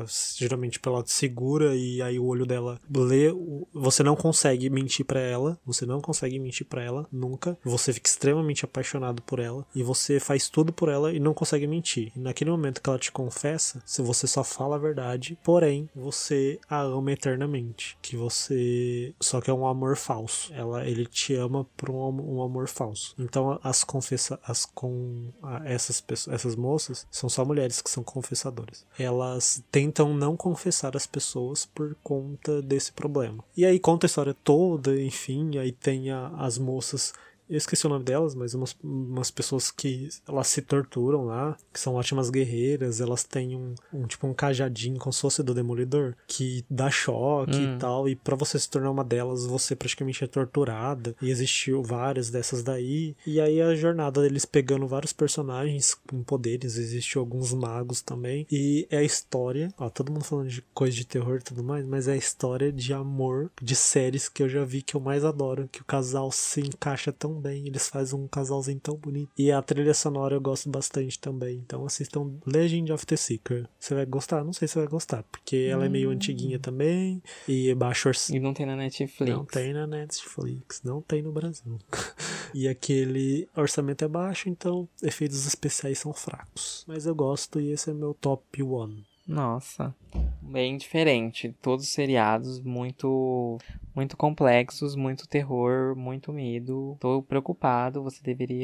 geralmente ela te segura e aí o olho dela lê, você não consegue mentir pra ela, você não consegue mentir pra ela, nunca, você fica extremamente apaixonado por ela e você faz tudo por ela e não consegue mentir. E naquele momento que ela te confessa, se você só fala a verdade, porém, você a ama eternamente, que você, só que é um amor falso, ela, ele te ama por um, um amor falso. Então as confessa, as com essas pessoas, essas moças, são só mulheres que são confessadoras. Elas tentam não confessar as pessoas por conta desse problema. E aí conta a história toda, enfim, aí tem a, as moças, eu esqueci o nome delas, mas umas, umas pessoas que elas se torturam lá, que são ótimas guerreiras, elas têm um, um tipo um cajadinho como se fosse do Demolidor, que dá choque hum. e tal, e pra você se tornar uma delas, você praticamente é torturada, e existiu várias dessas daí, e aí a jornada deles pegando vários personagens com poderes, existiu alguns magos também, e é a história, ó, todo mundo falando de coisa de terror e tudo mais, mas é a história de amor de séries que eu já vi que eu mais adoro, que o casal se encaixa tão bem, eles fazem um casalzinho tão bonito. E a trilha sonora eu gosto bastante também. Então assistam Legend of the Seeker. Você vai gostar? Não sei se você vai gostar, porque ela hum. é meio antiguinha também. E baixo orçamento. E não tem na Netflix. Não tem na Netflix. Não tem no Brasil. E aquele orçamento é baixo, então efeitos especiais são fracos. Mas eu gosto e esse é meu top one. Nossa, bem diferente. Todos os seriados muito muito complexos, muito terror, muito medo. Tô preocupado, você deveria...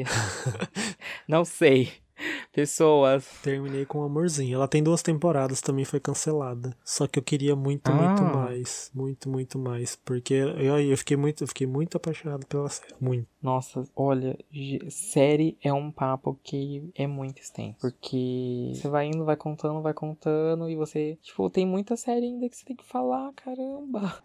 Não sei. Pessoas. Terminei com um amorzinho. Ela tem duas temporadas, também foi cancelada. Só que eu queria muito, ah. muito mais. Muito, muito mais. Porque eu, eu, fiquei muito, eu fiquei muito apaixonado pela série. Muito. Nossa, olha, série é um papo que é muito extenso. Porque você vai indo, vai contando, vai contando. E você, tipo, tem muita série ainda que você tem que falar, caramba.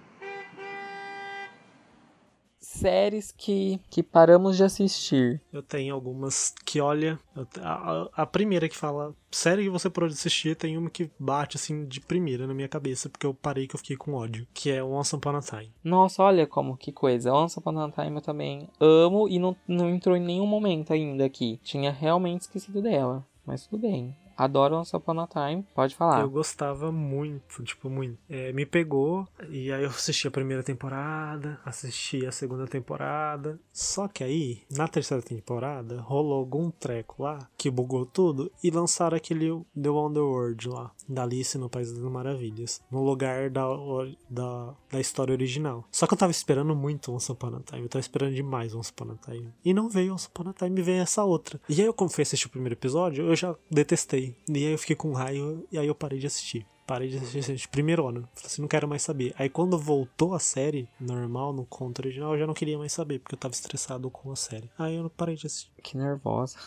Séries que, que paramos de assistir. Eu tenho algumas que, olha... A, a primeira que fala... Série que você parou de assistir, tem uma que bate, assim, de primeira na minha cabeça, porque eu parei que eu fiquei com ódio. Que é Once Upon a Time. Nossa, olha como, que coisa. Once Upon a Time eu também amo e não, não entrou em nenhum momento ainda aqui. Tinha realmente esquecido dela. Mas tudo bem. Adoro Once Upon a Time, pode falar. Eu gostava muito, tipo, muito. É, me pegou, e aí eu assisti a primeira temporada, assisti a segunda temporada. Só que aí, na terceira temporada, rolou algum treco lá, que bugou tudo, e lançaram aquele The Wonderworld lá, da Alice no País das Maravilhas, no lugar da, da, da história original. Só que eu tava esperando muito Once Upon a Time, eu tava esperando demais Once Upon a Time. E não veio Once Upon a Time, veio essa outra. E aí eu, como fui assistir o primeiro episódio, eu já detestei. E aí eu fiquei com raiva e aí eu parei de assistir. Parei de assistir primeiro ano. Falei assim, não quero mais saber. Aí quando voltou a série normal, no conto original, eu já não queria mais saber, porque eu tava estressado com a série. Aí eu parei de assistir. Que nervosa.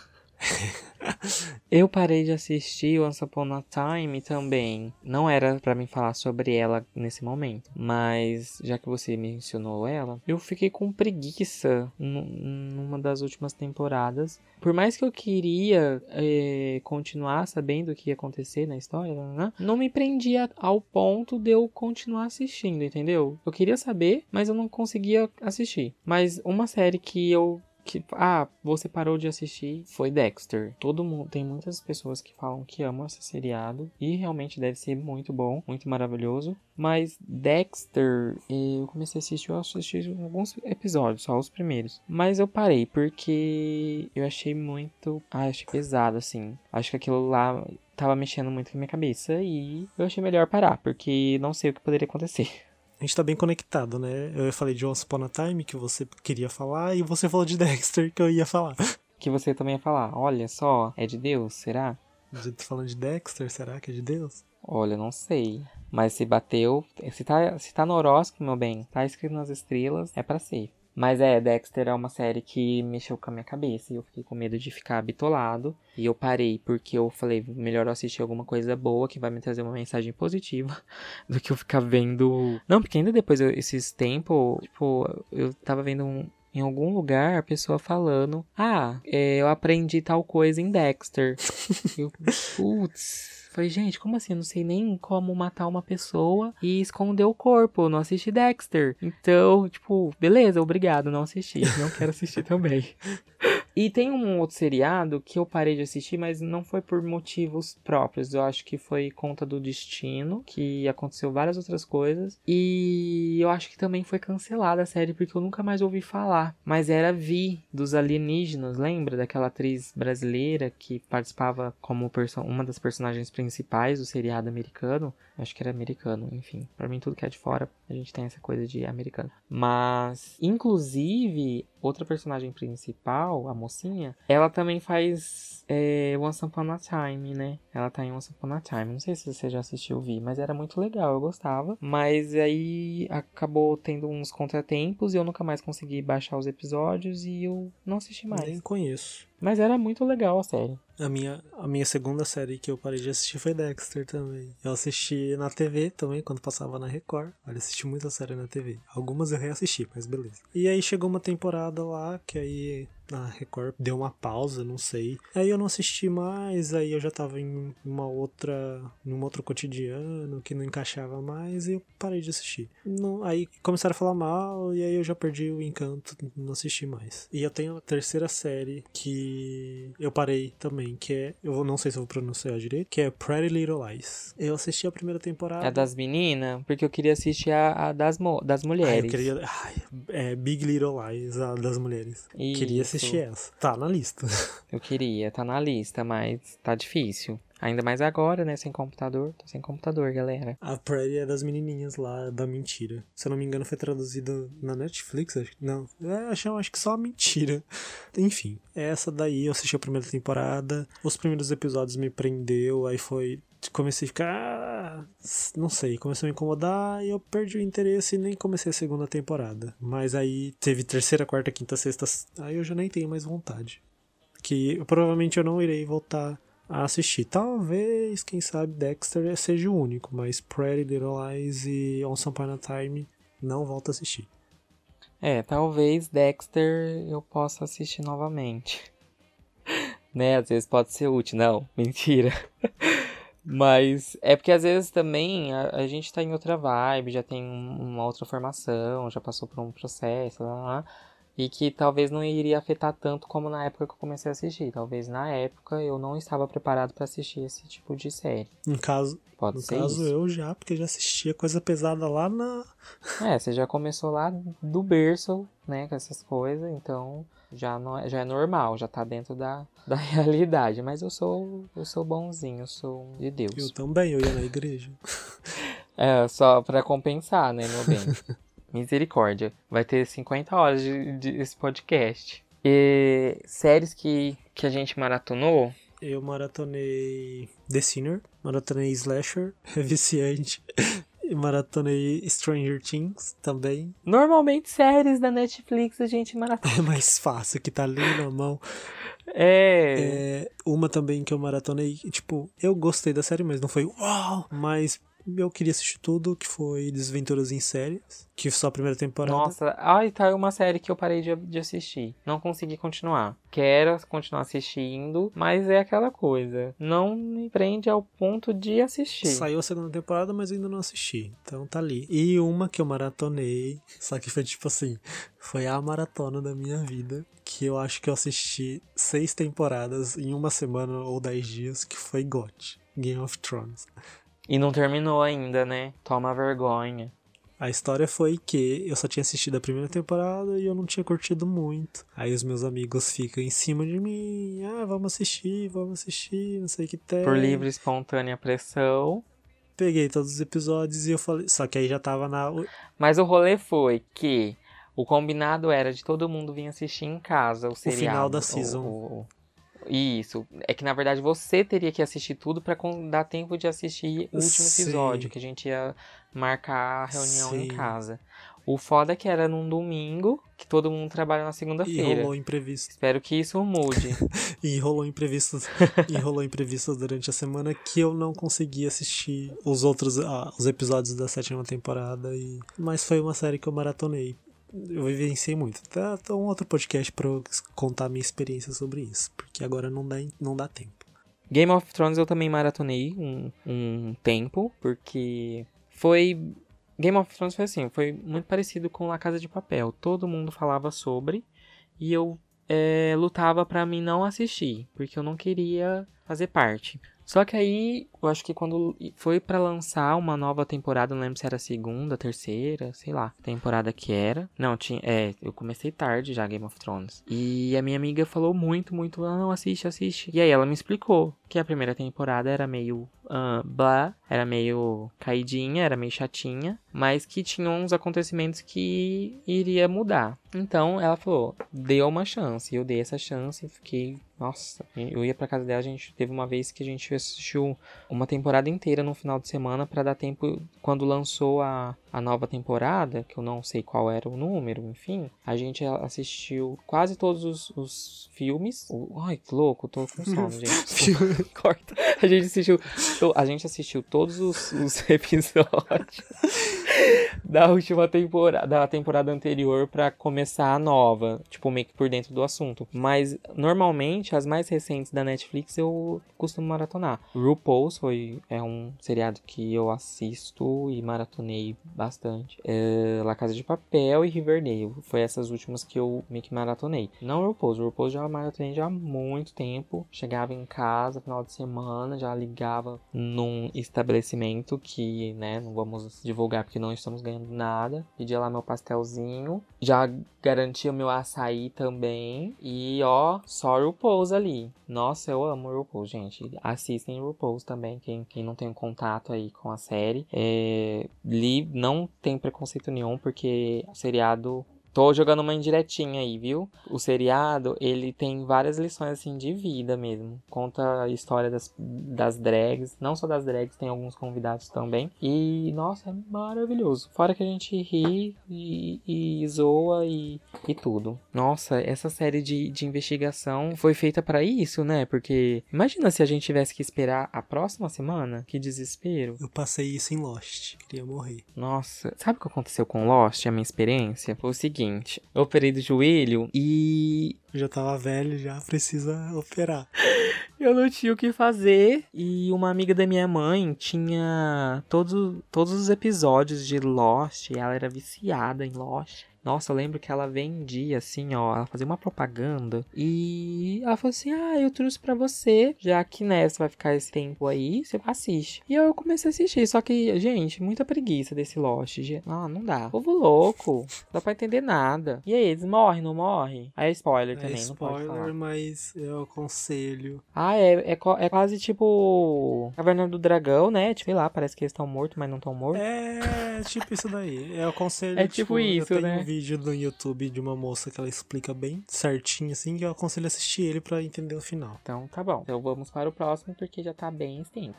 Eu parei de assistir Once Upon a Time também. Não era pra mim falar sobre ela nesse momento, mas já que você mencionou ela, eu fiquei com preguiça n- numa das últimas temporadas. Por mais que eu queria é, continuar sabendo o que ia acontecer na história, né? Não me prendia ao ponto de eu continuar assistindo, entendeu? Eu queria saber, mas eu não conseguia assistir. Mas uma série que eu Que, ah, você parou de assistir, foi Dexter. Todo mundo, tem muitas pessoas que falam que amam esse seriado e realmente deve ser muito bom, muito maravilhoso. Mas Dexter, eu comecei a assistir, eu assisti alguns episódios, só os primeiros. Mas eu parei porque eu achei muito, ah, eu achei pesado assim. Acho que aquilo lá tava mexendo muito com a minha cabeça e eu achei melhor parar, porque não sei o que poderia acontecer. A gente tá bem conectado, né? Eu falei de Once Upon a Time, que você queria falar, e você falou de Dexter, que eu ia falar. Que você também ia falar, olha só, é de Deus, será? Eu tô falando de Dexter, será que é de Deus? Olha, não sei. Mas se bateu, se tá, se tá no horóscopo, meu bem, tá escrito nas estrelas, é pra ser. Mas é, Dexter é uma série que mexeu com a minha cabeça e eu fiquei com medo de ficar bitolado. E eu parei porque eu falei, melhor eu assistir alguma coisa boa que vai me trazer uma mensagem positiva do que eu ficar vendo... Não, porque ainda depois, eu, esses tempos, tipo, eu tava vendo um... Em algum lugar, a pessoa falando, ah, é, eu aprendi tal coisa em Dexter. Eu, putz... Falei, gente, como assim? Eu não sei nem como matar uma pessoa e esconder o corpo. Eu não assisti Dexter. Então, tipo, beleza, obrigado, não assisti. Não quero assistir também. E tem um outro seriado que eu parei de assistir, mas não foi por motivos próprios. Eu acho que foi conta do destino, que aconteceu várias outras coisas. E eu acho que também foi cancelada a série, porque eu nunca mais ouvi falar. Mas era Vi, dos alienígenas, lembra? Daquela atriz brasileira que participava como perso- uma das personagens principais do seriado americano. Acho que era americano, enfim. Pra mim, tudo que é de fora, a gente tem essa coisa de americano. Mas, inclusive, outra personagem principal, a mocinha, ela também faz é, Once Upon a Time, né? Ela tá em Once Upon a Time. Não sei se você já assistiu, Vi, mas era muito legal, eu gostava. Mas aí acabou tendo uns contratempos e eu nunca mais consegui baixar os episódios e eu não assisti mais. Nem conheço. Mas era muito legal a série. A minha, a minha segunda série que eu parei de assistir foi Dexter também. Eu assisti na T V também, quando passava na Record. Olha, assisti muita série na T V. Algumas eu reassisti, mas beleza. E aí chegou uma temporada lá, que aí a Record deu uma pausa, não sei. Aí eu não assisti mais, aí eu já tava em uma outra, num outro cotidiano que não encaixava mais e eu parei de assistir. Não, aí começaram a falar mal e aí eu já perdi o encanto, não assisti mais. E eu tenho a terceira série que eu parei também, que é, eu não sei se eu vou pronunciar direito, que é Pretty Little Lies. Eu assisti a primeira temporada. A das meninas, porque eu queria assistir a, a das, mo- das mulheres. Ah, eu queria. Ai, é Big Little Lies, a das mulheres. Isso. Queria assistir essa. Tá na lista. Eu queria, tá na lista, mas tá difícil. Ainda mais agora, né? Sem computador. Tô sem computador, galera. A Pretty é das menininhas lá, da mentira. Se eu não me engano, foi traduzido na Netflix. Acho, não, é, acho, acho que só a mentira. Enfim, essa daí eu assisti a primeira temporada. Os primeiros episódios me prendeu. Aí foi... Comecei a ficar... Não sei, começou a me incomodar e eu perdi o interesse e nem comecei a segunda temporada. Mas aí teve terceira, quarta, quinta, sexta... Aí eu já nem tenho mais vontade. Que provavelmente eu não irei voltar a assistir. Talvez, quem sabe, Dexter seja o único, mas Pretty Little Lies e Once Upon a Time não volto a assistir. É, talvez Dexter eu possa assistir novamente. Né? Às vezes pode ser útil. Não, mentira. Mas é porque às vezes também a, a gente tá em outra vibe, já tem um, uma outra formação, já passou por um processo, lá, lá, e que talvez não iria afetar tanto como na época que eu comecei a assistir. Talvez na época eu não estava preparado para assistir esse tipo de série. No caso, Pode no ser caso isso. eu já, porque já assistia coisa pesada lá na... É, você já começou lá do berço, né, com essas coisas, então já, não é, já é normal, já tá dentro da, da realidade. Mas eu sou, eu sou bonzinho, eu sou de Deus. Eu também, eu ia na igreja. É, só pra compensar, né, meu bem? Misericórdia. Vai ter cinquenta horas de, de esse podcast. E séries que, que a gente maratonou. Eu maratonei The Sinner, maratonei Slasher, é viciante. E maratonei Stranger Things também. Normalmente séries da Netflix a gente maratona. É mais fácil, que tá ali na mão. É. É, uma também que eu maratonei, tipo, eu gostei da série, mas não foi uau, mas eu queria assistir tudo, que foi Desventuras em Séries, que só a primeira temporada. Nossa, ai, tá uma série que eu parei de, de assistir. Não consegui continuar. Quero continuar assistindo, mas é aquela coisa. Não me prende ao ponto de assistir. Saiu a segunda temporada, mas ainda não assisti. Então tá ali. E uma que eu maratonei, só que foi tipo assim, foi a maratona da minha vida, que eu acho que eu assisti seis temporadas em uma semana ou dez dias, que foi G O T, Game of Thrones. E não terminou ainda, né? Toma vergonha. A história foi que eu só tinha assistido a primeira temporada e eu não tinha curtido muito. Aí os meus amigos ficam em cima de mim. Ah, vamos assistir, vamos assistir, não sei o que tem. Por livre e espontânea pressão. Peguei todos os episódios e eu falei... Só que aí já tava na... Mas o rolê foi que o combinado era de todo mundo vir assistir em casa o seriado. O final da season. O, o, Isso. É que, na verdade, você teria que assistir tudo pra dar tempo de assistir o último Sim. episódio, que a gente ia marcar a reunião Sim. em casa. O foda é que era num domingo, que todo mundo trabalha na E segunda-feira. rolou imprevisto. Espero que isso mude. E rolou imprevistos. E rolou imprevistos durante a semana que eu não consegui assistir os outros ah, os episódios da sétima temporada. E... Mas foi uma série que eu maratonei. Eu vivenciei muito. Tá, tá um outro podcast pra eu contar a minha experiência sobre isso. Porque agora não dá, não dá tempo. Game of Thrones eu também maratonei um, um tempo, porque foi... Game of Thrones foi assim, foi muito parecido com La Casa de Papel. Todo mundo falava sobre, e eu é, lutava pra mim não assistir, porque eu não queria fazer parte. Só que aí, eu acho que quando foi pra lançar uma nova temporada, não lembro se era a segunda, terceira, sei lá, temporada que era. Não, tinha, é, eu comecei tarde já Game of Thrones. E a minha amiga falou muito, muito, ah, não, assiste, assiste. E aí ela me explicou que a primeira temporada era meio uh, blá, era meio caidinha, era meio chatinha, mas que tinha uns acontecimentos que iria mudar. Então ela falou, deu uma chance. Eu dei essa chance e fiquei, nossa, eu ia pra casa dela, a gente teve uma vez que a gente assistiu uma temporada inteira no final de semana pra dar tempo, quando lançou a, a nova temporada, que eu não sei qual era o número, enfim, a gente assistiu quase todos os, os filmes. Ai, que louco, tô com sono, gente. Corta. A gente assistiu, a gente assistiu todos os, os episódios da última temporada, da temporada anterior pra começar a nova, tipo, meio que por dentro do assunto. Mas, normalmente, as mais recentes da Netflix eu costumo maratonar. RuPaul's foi, é um seriado que eu assisto e maratonei bastante. É, La Casa de Papel e Riverdale. Foi essas últimas que eu meio que maratonei. Não RuPaul's. RuPaul's já maratonei já há muito tempo. Chegava em casa, final de semana, já ligava num estabelecimento que, né, não vamos divulgar porque não estamos ganhando nada. Pedia lá meu pastelzinho. Já garantia meu açaí também. E, ó, só RuPaul's ali. Nossa, eu amo RuPaul, gente. Assistem RuPaul's também, quem, quem não tem um contato aí com a série. É, li, não tem preconceito nenhum, porque o seriado... Tô jogando uma indiretinha aí, viu? O seriado, ele tem várias lições, assim, de vida mesmo. Conta a história das, das drags. Não só das drags, tem alguns convidados também. E, nossa, é maravilhoso. Fora que a gente ri e, e zoa e, e tudo. Nossa, essa série de, de investigação foi feita pra isso, né? Porque imagina se a gente tivesse que esperar a próxima semana. Que desespero. Eu passei isso em Lost. Queria morrer. Nossa, sabe o que aconteceu com Lost, a minha experiência? Foi o seguinte. Eu operei do joelho e... Eu já tava velho, já precisa operar. Eu não tinha o que fazer. E uma amiga da minha mãe tinha todos, todos os episódios de Lost. E ela era viciada em Lost. Nossa, eu lembro que ela vendia, assim, ó, ela fazia uma propaganda e ela falou assim, ah, eu trouxe pra você, já que, né, você vai ficar esse tempo aí, você assiste. E eu comecei a assistir, só que, gente, muita preguiça desse Lost. Ah, não dá. Povo louco, não dá pra entender nada. E aí, eles morrem, não morrem? Aí é spoiler também, é não pode falar. spoiler, mas eu aconselho. Ah, é, é, é quase tipo Caverna do Dragão, né? Tipo, sei lá, parece que eles estão mortos, mas não estão mortos. É, tipo isso daí. Eu aconselho, é tipo, tipo isso, eu tenho né? Um vídeo no YouTube de uma moça que ela explica bem certinho, assim, que eu aconselho assistir ele pra entender o final. Então tá bom. Então vamos para o próximo, porque já tá bem extenso.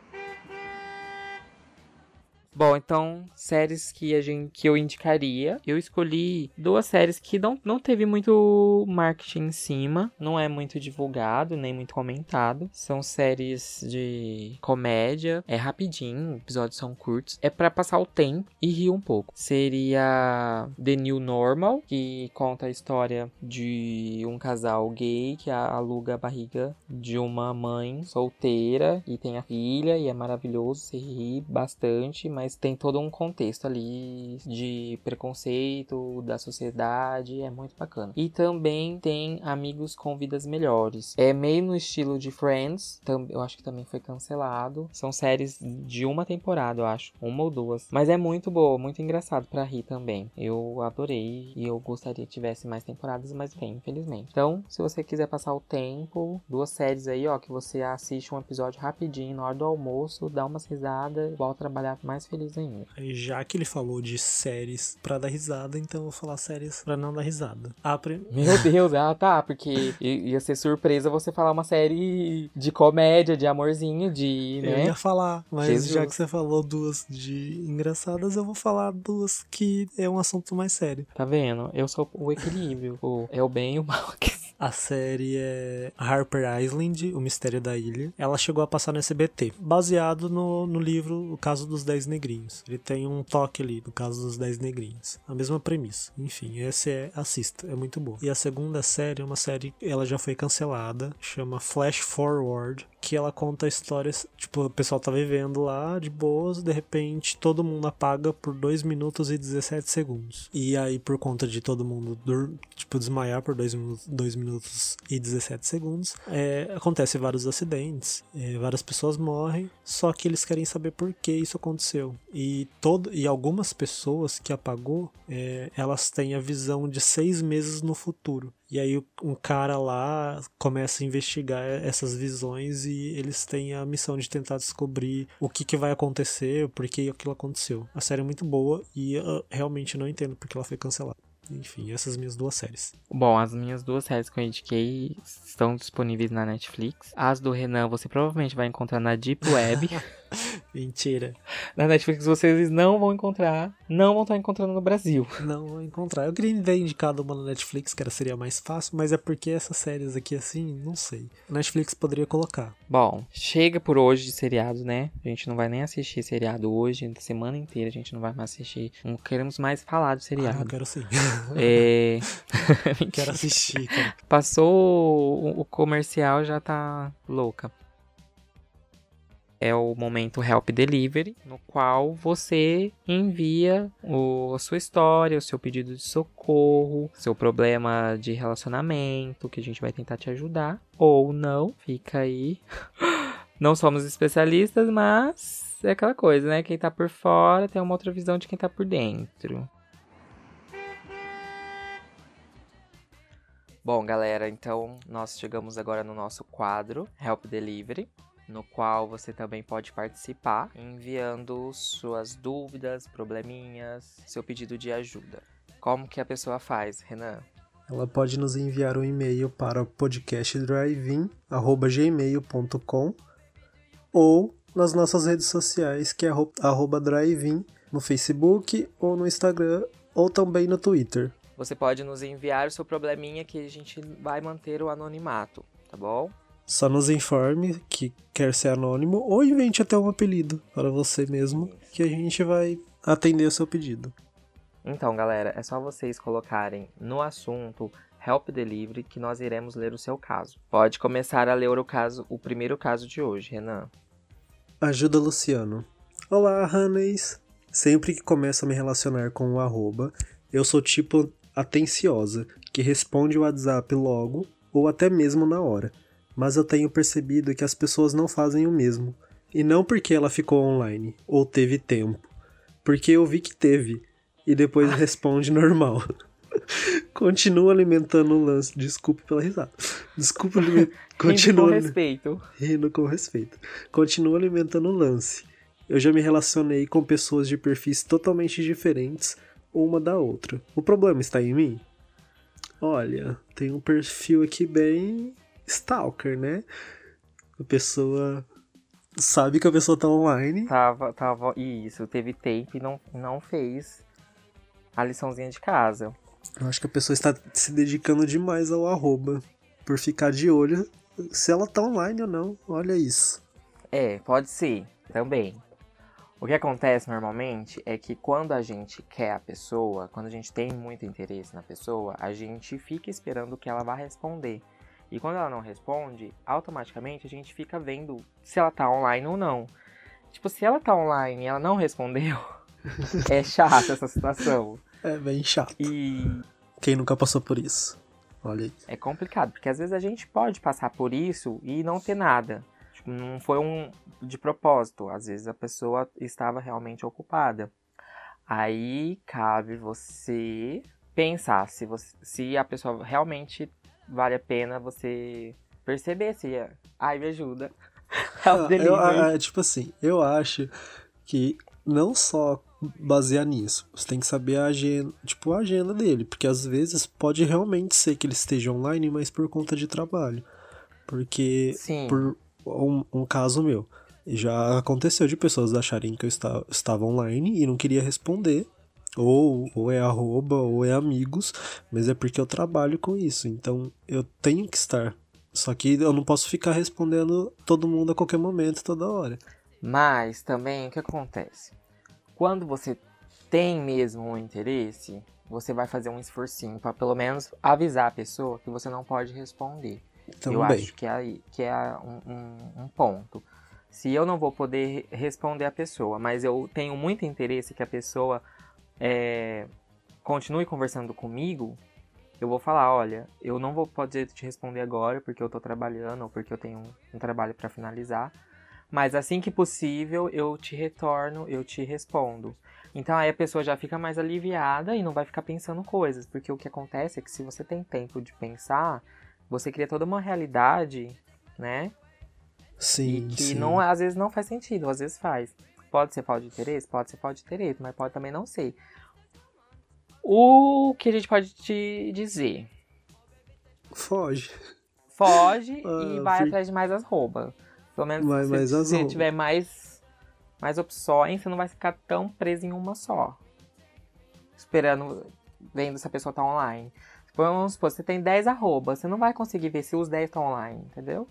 Bom, então, séries que, a gente, que eu indicaria. Eu escolhi duas séries que não, não teve muito marketing em cima. Não é muito divulgado, nem muito comentado. São séries de comédia. É rapidinho, episódios são curtos. É pra passar o tempo e rir um pouco. Seria The New Normal, que conta a história de um casal gay que aluga a barriga de uma mãe solteira e tem a filha. E é maravilhoso, se ri bastante, mas Mas tem todo um contexto ali de preconceito da sociedade, é muito bacana. E também tem Amigos com Vidas Melhores. É meio no estilo de Friends, eu acho que também foi cancelado. São séries de uma temporada, eu acho, uma ou duas. Mas é muito boa, muito engraçado pra rir também. Eu adorei e eu gostaria que tivesse mais temporadas, mas tem, infelizmente. Então, se você quiser passar o tempo, duas séries aí, ó, que você assiste um episódio rapidinho na hora do almoço, dá umas risadas, volta a trabalhar mais feliz ainda. Já que ele falou de séries pra dar risada, então eu vou falar séries pra não dar risada. A pre... Meu Deus, ah tá, porque ia ser surpresa você falar uma série de comédia, de amorzinho, de, né? Eu ia falar, mas Jesus. Já que você falou duas de engraçadas, eu vou falar duas que é um assunto mais sério. Tá vendo? Eu sou o equilíbrio, o, é o bem e o mal. A série é Harper Island, O Mistério da Ilha. Ela chegou a passar no S B T, baseado no, no livro O Caso dos Dez Negrinhos. Ele tem um toque ali do Caso dos Dez Negrinhos. A mesma premissa. Enfim, esse é, assista, é muito bom. E a segunda série é uma série, ela já foi cancelada, chama Flash Forward, que ela conta histórias, tipo, o pessoal tá vivendo lá de boas, de repente todo mundo apaga por dois minutos e dezessete segundos. E aí, por conta de todo mundo, dur- tipo, desmaiar por dois minutos, dois minutos e dezessete segundos, é, acontece vários acidentes, é, várias pessoas morrem, só que eles querem saber por que isso aconteceu. E, todo, e algumas pessoas que apagou, é, elas têm a visão de seis meses no futuro. E aí um cara lá começa a investigar essas visões e eles têm a missão de tentar descobrir o que, que vai acontecer, por que aquilo aconteceu. A série é muito boa e eu realmente não entendo porque ela foi cancelada. Enfim, essas minhas duas séries. Bom, as minhas duas séries que eu indiquei estão disponíveis na Netflix. As do Renan você provavelmente vai encontrar na Deep Web. Mentira. Na Netflix vocês não vão encontrar, não vão estar encontrando no Brasil. Não vou encontrar. Eu queria ver indicado uma na Netflix, que era, seria mais fácil, mas é porque essas séries aqui, assim, não sei. A Netflix poderia colocar. Bom, chega por hoje de seriado, né? A gente não vai nem assistir seriado hoje, na semana inteira a gente não vai mais assistir. Não queremos mais falar de seriado. Ah, eu quero sim. É... Quero assistir, cara. Passou o, o comercial, já tá louca. É o momento Help Delivery, no qual você envia o, a sua história, o seu pedido de socorro, seu problema de relacionamento, que a gente vai tentar te ajudar. Ou não, fica aí. Não somos especialistas, mas é aquela coisa, né? Quem tá por fora tem uma outra visão de quem tá por dentro. Bom, galera, então nós chegamos agora no nosso quadro Help Delivery, no qual você também pode participar enviando suas dúvidas, probleminhas, seu pedido de ajuda. Como que a pessoa faz, Renan? Ela pode nos enviar um e-mail para podcast drive-in arroba gmail ponto com ou nas nossas redes sociais, que é arroba drive-in, no Facebook ou no Instagram ou também no Twitter. Você pode nos enviar o seu probleminha que a gente vai manter o anonimato, tá bom? Só nos informe que quer ser anônimo ou invente até um apelido para você mesmo, que a gente vai atender o seu pedido. Então, galera, é só vocês colocarem no assunto Help Delivery que nós iremos ler o seu caso. Pode começar a ler o caso, o primeiro caso de hoje, Renan. Ajuda Luciano. Olá, Hannes. Sempre que começo a me relacionar com o arroba, eu sou tipo atenciosa, que responde o WhatsApp logo ou até mesmo na hora. Mas eu tenho percebido que as pessoas não fazem o mesmo. E não porque ela ficou online, ou teve tempo. Porque eu vi que teve, e depois responde normal. Continua alimentando o lance. Desculpe pela risada. Desculpa alimentando. Continua... Rindo com respeito. Rindo com respeito. Continua alimentando o lance. Eu já me relacionei com pessoas de perfis totalmente diferentes uma da outra. O problema está em mim? Olha, tem um perfil aqui bem stalker, né? A pessoa sabe que a pessoa tá online. Tava, tava, isso, teve tempo e não, não fez a liçãozinha de casa. Eu acho que a pessoa está se dedicando demais ao arroba, por ficar de olho se ela tá online ou não. Olha isso. É, pode ser, também. O que acontece normalmente é que quando a gente quer a pessoa, quando a gente tem muito interesse na pessoa, a gente fica esperando que ela vá responder. E quando ela não responde, automaticamente a gente fica vendo se ela tá online ou não. Tipo, se ela tá online e ela não respondeu, é chato essa situação. É bem chato. E quem nunca passou por isso? Olha aí. É complicado, porque às vezes a gente pode passar por isso e não ter nada. Tipo, não foi um de propósito. Às vezes a pessoa estava realmente ocupada. Aí cabe você pensar se, você, se a pessoa realmente vale a pena você perceber se é. Ai, me ajuda. Ah, eu, ah, tipo assim, eu acho que não só basear nisso, você tem que saber a agenda, tipo, a agenda dele, porque às vezes pode realmente ser que ele esteja online, mas por conta de trabalho. Porque, Sim. por um, um caso meu, já aconteceu de pessoas acharem que eu estava, estava online e não queria responder, Ou, ou é arroba, ou é amigos, mas é porque eu trabalho com isso, então eu tenho que estar. Só que eu não posso ficar respondendo todo mundo a qualquer momento, toda hora. Mas também o que acontece? Quando você tem mesmo um interesse, você vai fazer um esforcinho para pelo menos avisar a pessoa que você não pode responder. Eu Também. acho que é, aí- que é um, um- um ponto. Se eu não vou poder responder a pessoa, mas eu tenho muito interesse que a pessoa é, continue conversando comigo, eu vou falar, olha, eu não vou poder te responder agora porque eu tô trabalhando ou porque eu tenho um, um trabalho para finalizar, mas assim que possível eu te retorno, eu te respondo. Então aí a pessoa já fica mais aliviada e não vai ficar pensando coisas, porque o que acontece é que se você tem tempo de pensar, você cria toda uma realidade, né? E Sim, que não, sim. às vezes não faz sentido, às vezes faz. Pode ser falta de interesse? Pode ser falta de interesse, mas pode também não ser. O que a gente pode te dizer? Foge. Foge e Ah, vai por- atrás de mais as roubas. Pelo menos Vai se mais as você roupas. tiver mais, mais opções, você não vai ficar tão preso em uma só. Esperando, vendo se a pessoa tá online. Vamos supor, você tem dez arrobas, você não vai conseguir ver se os dez estão online, entendeu?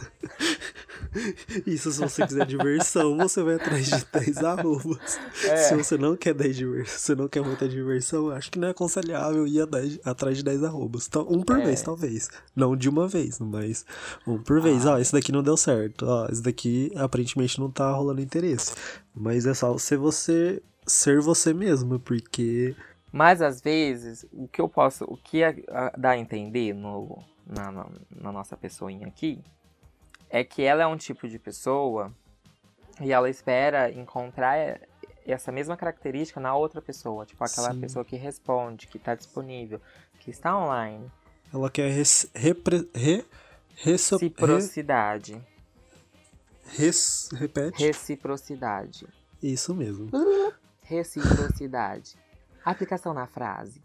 Isso, se você quiser diversão, você vai atrás de dez arrobas. Se É. você não quer dez diversão, você não quer muita diversão, acho que não é aconselhável ir a dez atrás de dez arrobas. Então, um por vez, É. talvez. Não de uma vez, mas um por vez. Ó, Ah, esse daqui não deu certo. Ó, esse daqui aparentemente não tá rolando interesse. Mas é só ser você, ser você mesmo, porque mas às vezes, o que eu posso, o que a, a, dá a entender no, na, na, na nossa pessoinha aqui, é que ela é um tipo de pessoa e ela espera encontrar essa mesma característica na outra pessoa. Tipo, aquela sim, pessoa que responde, que tá disponível, que está online. ela quer res, repre, re, resso- re, Reciprocidade. res, repete? Reciprocidade. Isso mesmo. Reciprocidade. Aplicação na frase.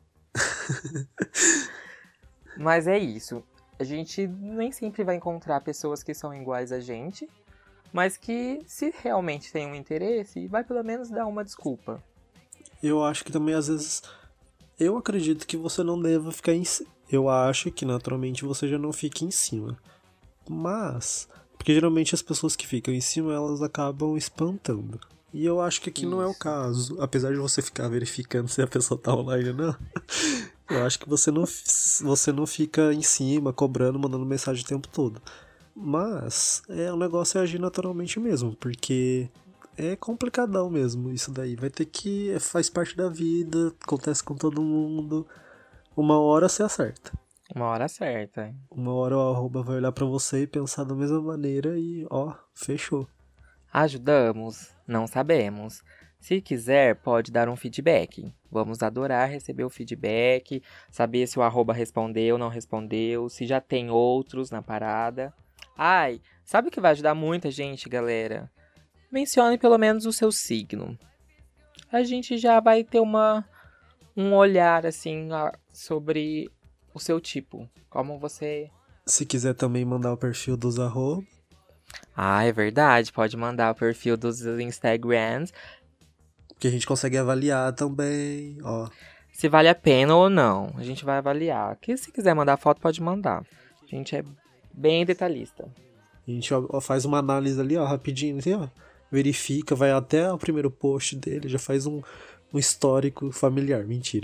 Mas é isso. A gente nem sempre vai encontrar pessoas que são iguais a gente, mas que, se realmente tem um interesse, vai pelo menos dar uma desculpa. Eu acho que também, às vezes, eu acredito que você não deva ficar em cima. Eu acho que, naturalmente, você já não fica em cima. Mas, porque geralmente as pessoas que ficam em cima, elas acabam espantando. E eu acho que aqui não é o Isso. caso. Apesar de você ficar verificando se a pessoa tá online ou não. Eu acho que você não, você não fica em cima, cobrando, mandando mensagem o tempo todo. Mas, é, o negócio é agir naturalmente mesmo, porque é complicadão mesmo isso daí. Vai ter que. Faz parte da vida, acontece com todo mundo. Uma hora você acerta. Uma hora certa. Uma hora o arroba vai olhar pra você e pensar da mesma maneira e, ó, fechou. Ajudamos? Não sabemos. Se quiser, pode dar um feedback. Vamos adorar receber o feedback, saber se o arroba respondeu, não respondeu, se já tem outros na parada. Ai, sabe o que vai ajudar muita gente, galera? Mencione pelo menos o seu signo. A gente já vai ter uma, um olhar, assim, sobre o seu tipo. Como você... Se quiser também mandar o perfil dos arroba. Ah, é verdade. Pode mandar o perfil dos Instagrams. Que a gente consegue avaliar também, ó. Se vale a pena ou não. A gente vai avaliar. Que se quiser mandar foto, pode mandar. A gente é bem detalhista. A gente ó, faz uma análise ali, ó, rapidinho, assim, ó. Verifica, vai até o primeiro post dele, já faz um, um histórico familiar. Mentira.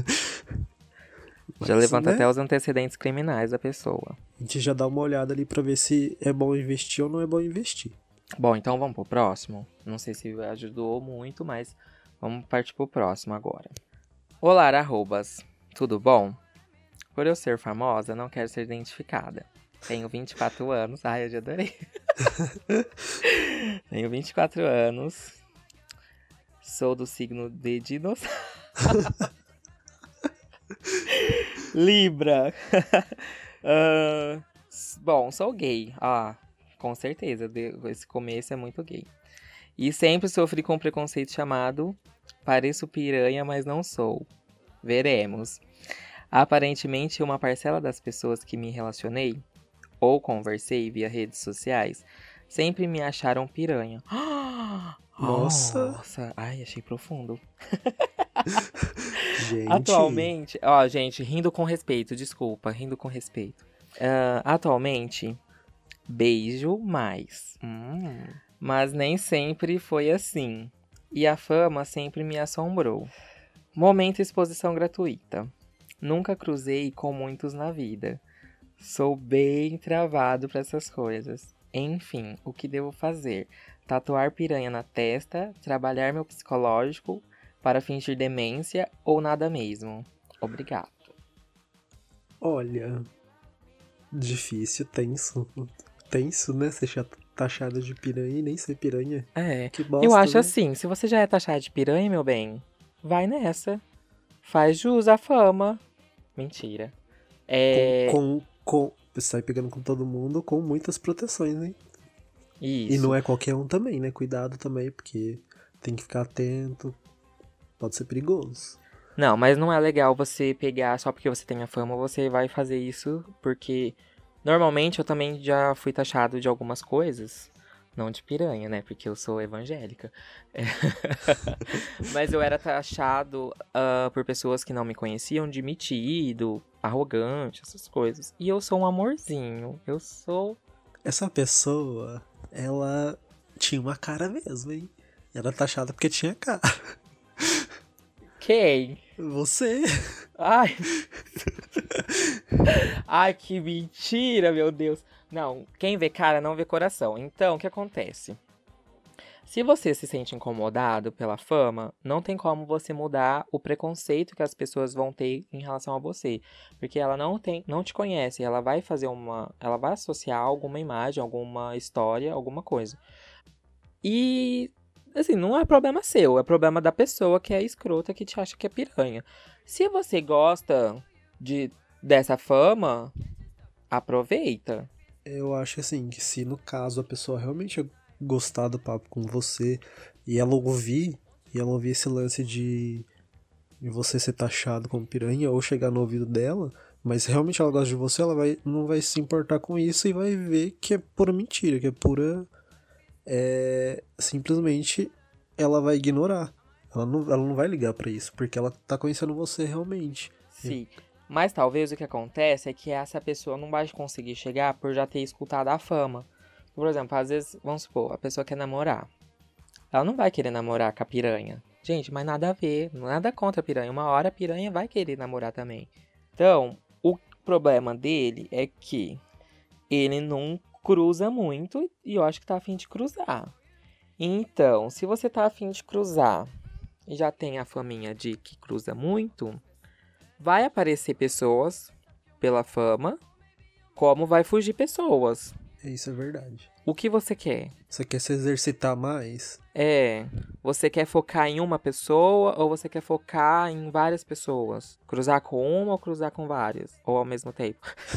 Já Mas, levanta né? até os antecedentes criminais da pessoa. A gente já dá uma olhada ali pra ver se é bom investir ou não é bom investir. Bom, então vamos pro próximo. Não sei se ajudou muito, mas vamos partir pro próximo agora. Olá, arrobas. Tudo bom? Por eu ser famosa, não quero ser identificada. Tenho vinte e quatro anos. Ai, eu já adorei. Tenho vinte e quatro anos. Sou do signo de dinossauro. Libra. uh, bom, sou gay. Ah, com certeza. Esse começo é muito gay. E sempre sofri com preconceito chamado pareço piranha, mas não sou. Veremos. Aparentemente, uma parcela das pessoas que me relacionei ou conversei via redes sociais sempre me acharam piranha. Nossa. Nossa, ai, achei profundo. Gente. Atualmente, ó, gente, rindo com respeito, desculpa, rindo com respeito. Uh, atualmente, beijo mais. Hum, mas nem sempre foi assim. E a fama sempre me assombrou. Momento exposição gratuita. Nunca cruzei com muitos na vida. Sou bem travado para essas coisas. Enfim, o que devo fazer? Tatuar piranha na testa, trabalhar meu psicológico para fingir demência ou nada mesmo? Obrigado. Olha, difícil, tenso. Tenso, né? Ser taxado de piranha e nem ser piranha. É, que bosta, eu acho né? assim, se você já é taxado de piranha, meu bem, vai nessa. Faz jus à fama. Mentira. É... Com, com, com... Você sai pegando com todo mundo com muitas proteções, hein? Isso. E não é qualquer um também, né? Cuidado também, porque tem que ficar atento. Pode ser perigoso. Não, mas não é legal você pegar só porque você tem a fama, você vai fazer isso, porque normalmente eu também já fui taxado de algumas coisas. Não de piranha, né? Porque eu sou evangélica. É. Mas eu era taxado uh, por pessoas que não me conheciam de metido, arrogante, essas coisas. E eu sou um amorzinho. Eu sou... Essa pessoa, ela tinha uma cara mesmo, hein? Era taxada porque tinha cara. Quem? Você. Ai. Ai, que mentira, meu Deus. Não, quem vê cara não vê coração. Então, o que acontece? Se você se sente incomodado pela fama, não tem como você mudar o preconceito que as pessoas vão ter em relação a você. Porque ela não tem, não te conhece, ela vai fazer uma, ela vai associar alguma imagem, alguma história, alguma coisa. E assim, não é problema seu, é problema da pessoa que é escrota, que te acha que é piranha. Se você gosta de dessa fama, aproveita. Eu acho assim, que se no caso a pessoa realmente gostar do papo com você e ela ouvir, e ela ouvir esse lance de, de você ser taxado como piranha ou chegar no ouvido dela, mas realmente ela gosta de você, ela vai, não vai se importar com isso e vai ver que é pura mentira, que é pura... É, simplesmente ela vai ignorar. Ela não, ela não vai ligar pra isso, porque ela tá conhecendo você realmente. Sim. Mas talvez o que acontece é que essa pessoa não vai conseguir chegar por já ter escutado a fama. Por exemplo, às vezes, vamos supor, a pessoa quer namorar. Ela não vai querer namorar com a piranha. Gente, mas nada a ver, nada contra a piranha. Uma hora a piranha vai querer namorar também. Então, o problema dele é que ele não cruza muito e eu acho que tá a fim de cruzar. Então, se você tá a fim de cruzar e já tem a faminha de que cruza muito, vai aparecer pessoas pela fama, como vai fugir pessoas. Isso é verdade. O que você quer? Você quer se exercitar mais? É, você quer focar em uma pessoa ou você quer focar em várias pessoas? Cruzar com uma ou cruzar com várias? Ou ao mesmo tempo?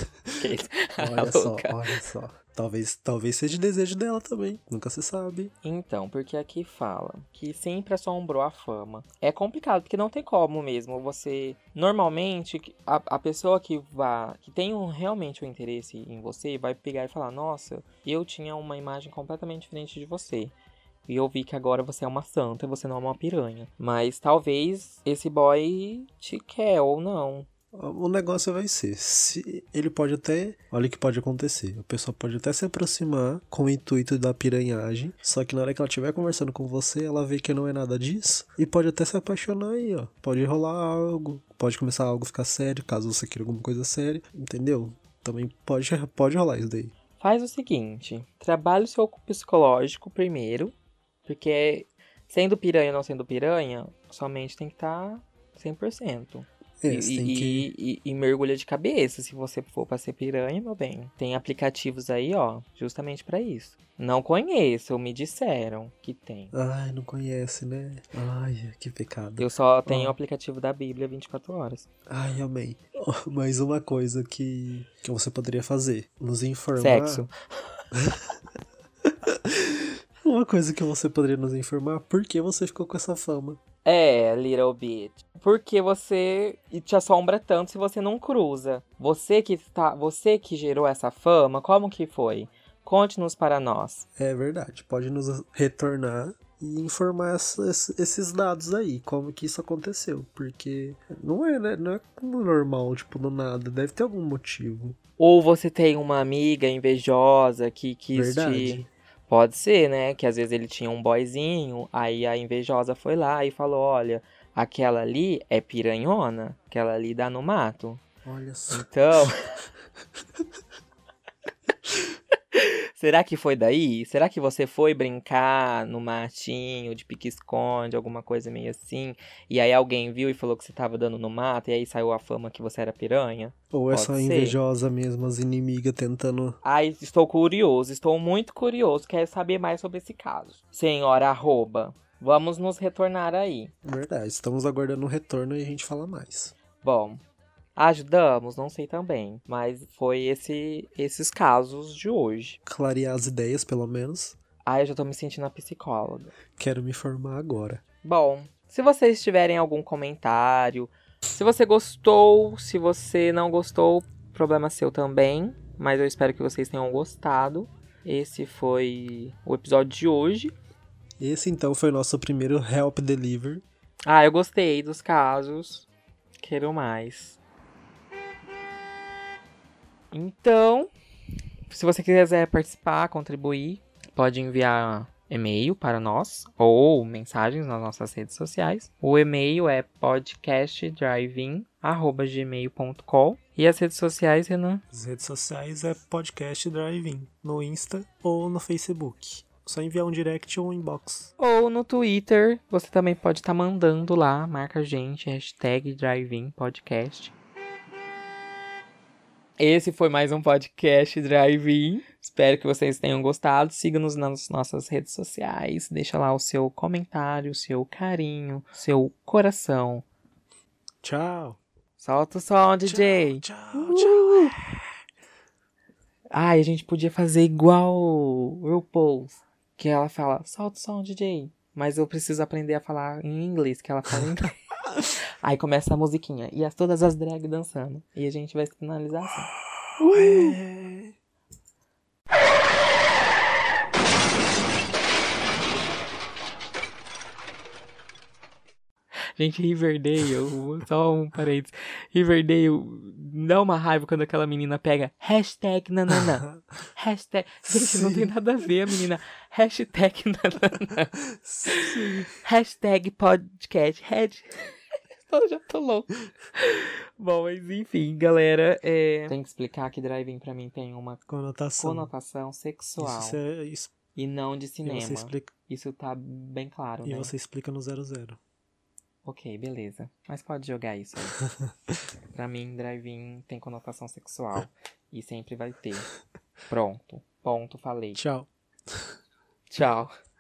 Olha só, olha só. Talvez, talvez seja desejo dela também, nunca se sabe. Então, porque aqui fala que sempre assombrou a fama. É complicado, porque não tem como mesmo você... Normalmente, a, a pessoa que, vá, que tem um, realmente um interesse em você vai pegar e falar: nossa, eu tinha uma imagem completamente diferente de você. E eu vi que agora você é uma santa e você não é uma piranha. Mas talvez esse boy te quer ou não. O negócio vai ser, se ele pode até, olha o que pode acontecer, a pessoa pode até se aproximar com o intuito da piranhagem, só que na hora que ela estiver conversando com você, ela vê que não é nada disso, e pode até se apaixonar aí, ó, pode rolar algo, pode começar algo a ficar sério, caso você queira alguma coisa séria, entendeu? Também pode, pode rolar isso daí. Faz o seguinte, trabalhe o seu psicológico primeiro, porque sendo piranha ou não sendo piranha, sua mente tem que estar cem por cento. É, e, tem e, que... e, e mergulha de cabeça, se você for pra ser piranha, meu bem. Tem aplicativos aí, ó, justamente pra isso. Não conheço, me disseram que tem. Ai, não conhece, né? Ai, que pecado. Eu só tenho o oh. aplicativo da Bíblia vinte e quatro horas. Ai, amém. Oh, mas uma coisa que, que você poderia fazer, nos informar... Sexo. Uma coisa que você poderia nos informar, por que você ficou com essa fama? É, little bit. Porque você te assombra tanto se você não cruza. Você que está, você que gerou essa fama, como que foi? Conte-nos para nós. É verdade, pode nos retornar e informar essa, esses dados aí, como que isso aconteceu. Porque não é, né? Não é como normal, tipo, do nada. Deve ter algum motivo. Ou você tem uma amiga invejosa que quis Verdade. te... Pode ser, né? Que às vezes ele tinha um boyzinho, aí a invejosa foi lá e falou, olha, aquela ali é piranhona, aquela ali dá no mato. Olha só. Então... Será que foi daí? Será que você foi brincar no matinho de pique-esconde, alguma coisa meio assim, e aí alguém viu e falou que você tava dando no mato, e aí saiu a fama que você era piranha? Ou é Pode só ser. invejosa mesmo, as inimigas tentando... Ai, estou curioso, estou muito curioso, quero saber mais sobre esse caso. Senhora arroba, vamos nos retornar aí. Verdade, estamos aguardando o retorno e a gente fala mais. Bom, ajudamos? Não sei também, mas foi esse, esses casos de hoje. Clarear as ideias, pelo menos. Ai, eu já tô me sentindo a psicóloga. Quero me formar agora. Bom, se vocês tiverem algum comentário, se você gostou, se você não gostou, problema seu também, mas eu espero que vocês tenham gostado. Esse foi o episódio de hoje. Esse, então, foi o nosso primeiro Help Deliver. Ah, eu gostei dos casos. Quero mais. Então, se você quiser participar, contribuir, pode enviar e-mail para nós ou mensagens nas nossas redes sociais. O e-mail é podcastdrivein arroba gmail ponto com e as redes sociais, Renan? As redes sociais é Podcast Drive-In, no Insta ou no Facebook. Só enviar um direct ou um inbox. Ou no Twitter, você também pode estar mandando lá, marca a gente, hashtag Drive-In Podcast. Esse foi mais um podcast Drive-In. Espero que vocês tenham gostado. Siga-nos nas nossas redes sociais. Deixa lá o seu comentário, o seu carinho, o seu coração. Tchau. Solta o som, D J. Tchau, tchau, tchau. Ai, a gente podia fazer igual o RuPaul, que ela fala, solta o som, D J. Mas eu preciso aprender a falar em inglês, que ela fala em inglês. Aí começa a musiquinha. E as, todas as drag dançando. E a gente vai finalizar assim. Uh! Gente, Riverdale, só um parênteses. Riverdale, dá uma raiva quando aquela menina pega hashtag nananã. Hashtag. Gente, Sim. não tem nada a ver a menina. Hashtag nananã. Sim. Hashtag podcast. Hashtag... Eu já tô louco. Bom, mas enfim, galera. É... Tem que explicar que drive-in pra mim tem uma Conotação. conotação sexual. Isso é, isso, e não de cinema. e você explica, Isso tá bem claro, e né? você explica no zero zero. Ok, beleza. Mas pode jogar isso aí. Pra mim, drive-in tem conotação sexual. E sempre vai ter. Pronto. Ponto, falei. Tchau. Tchau.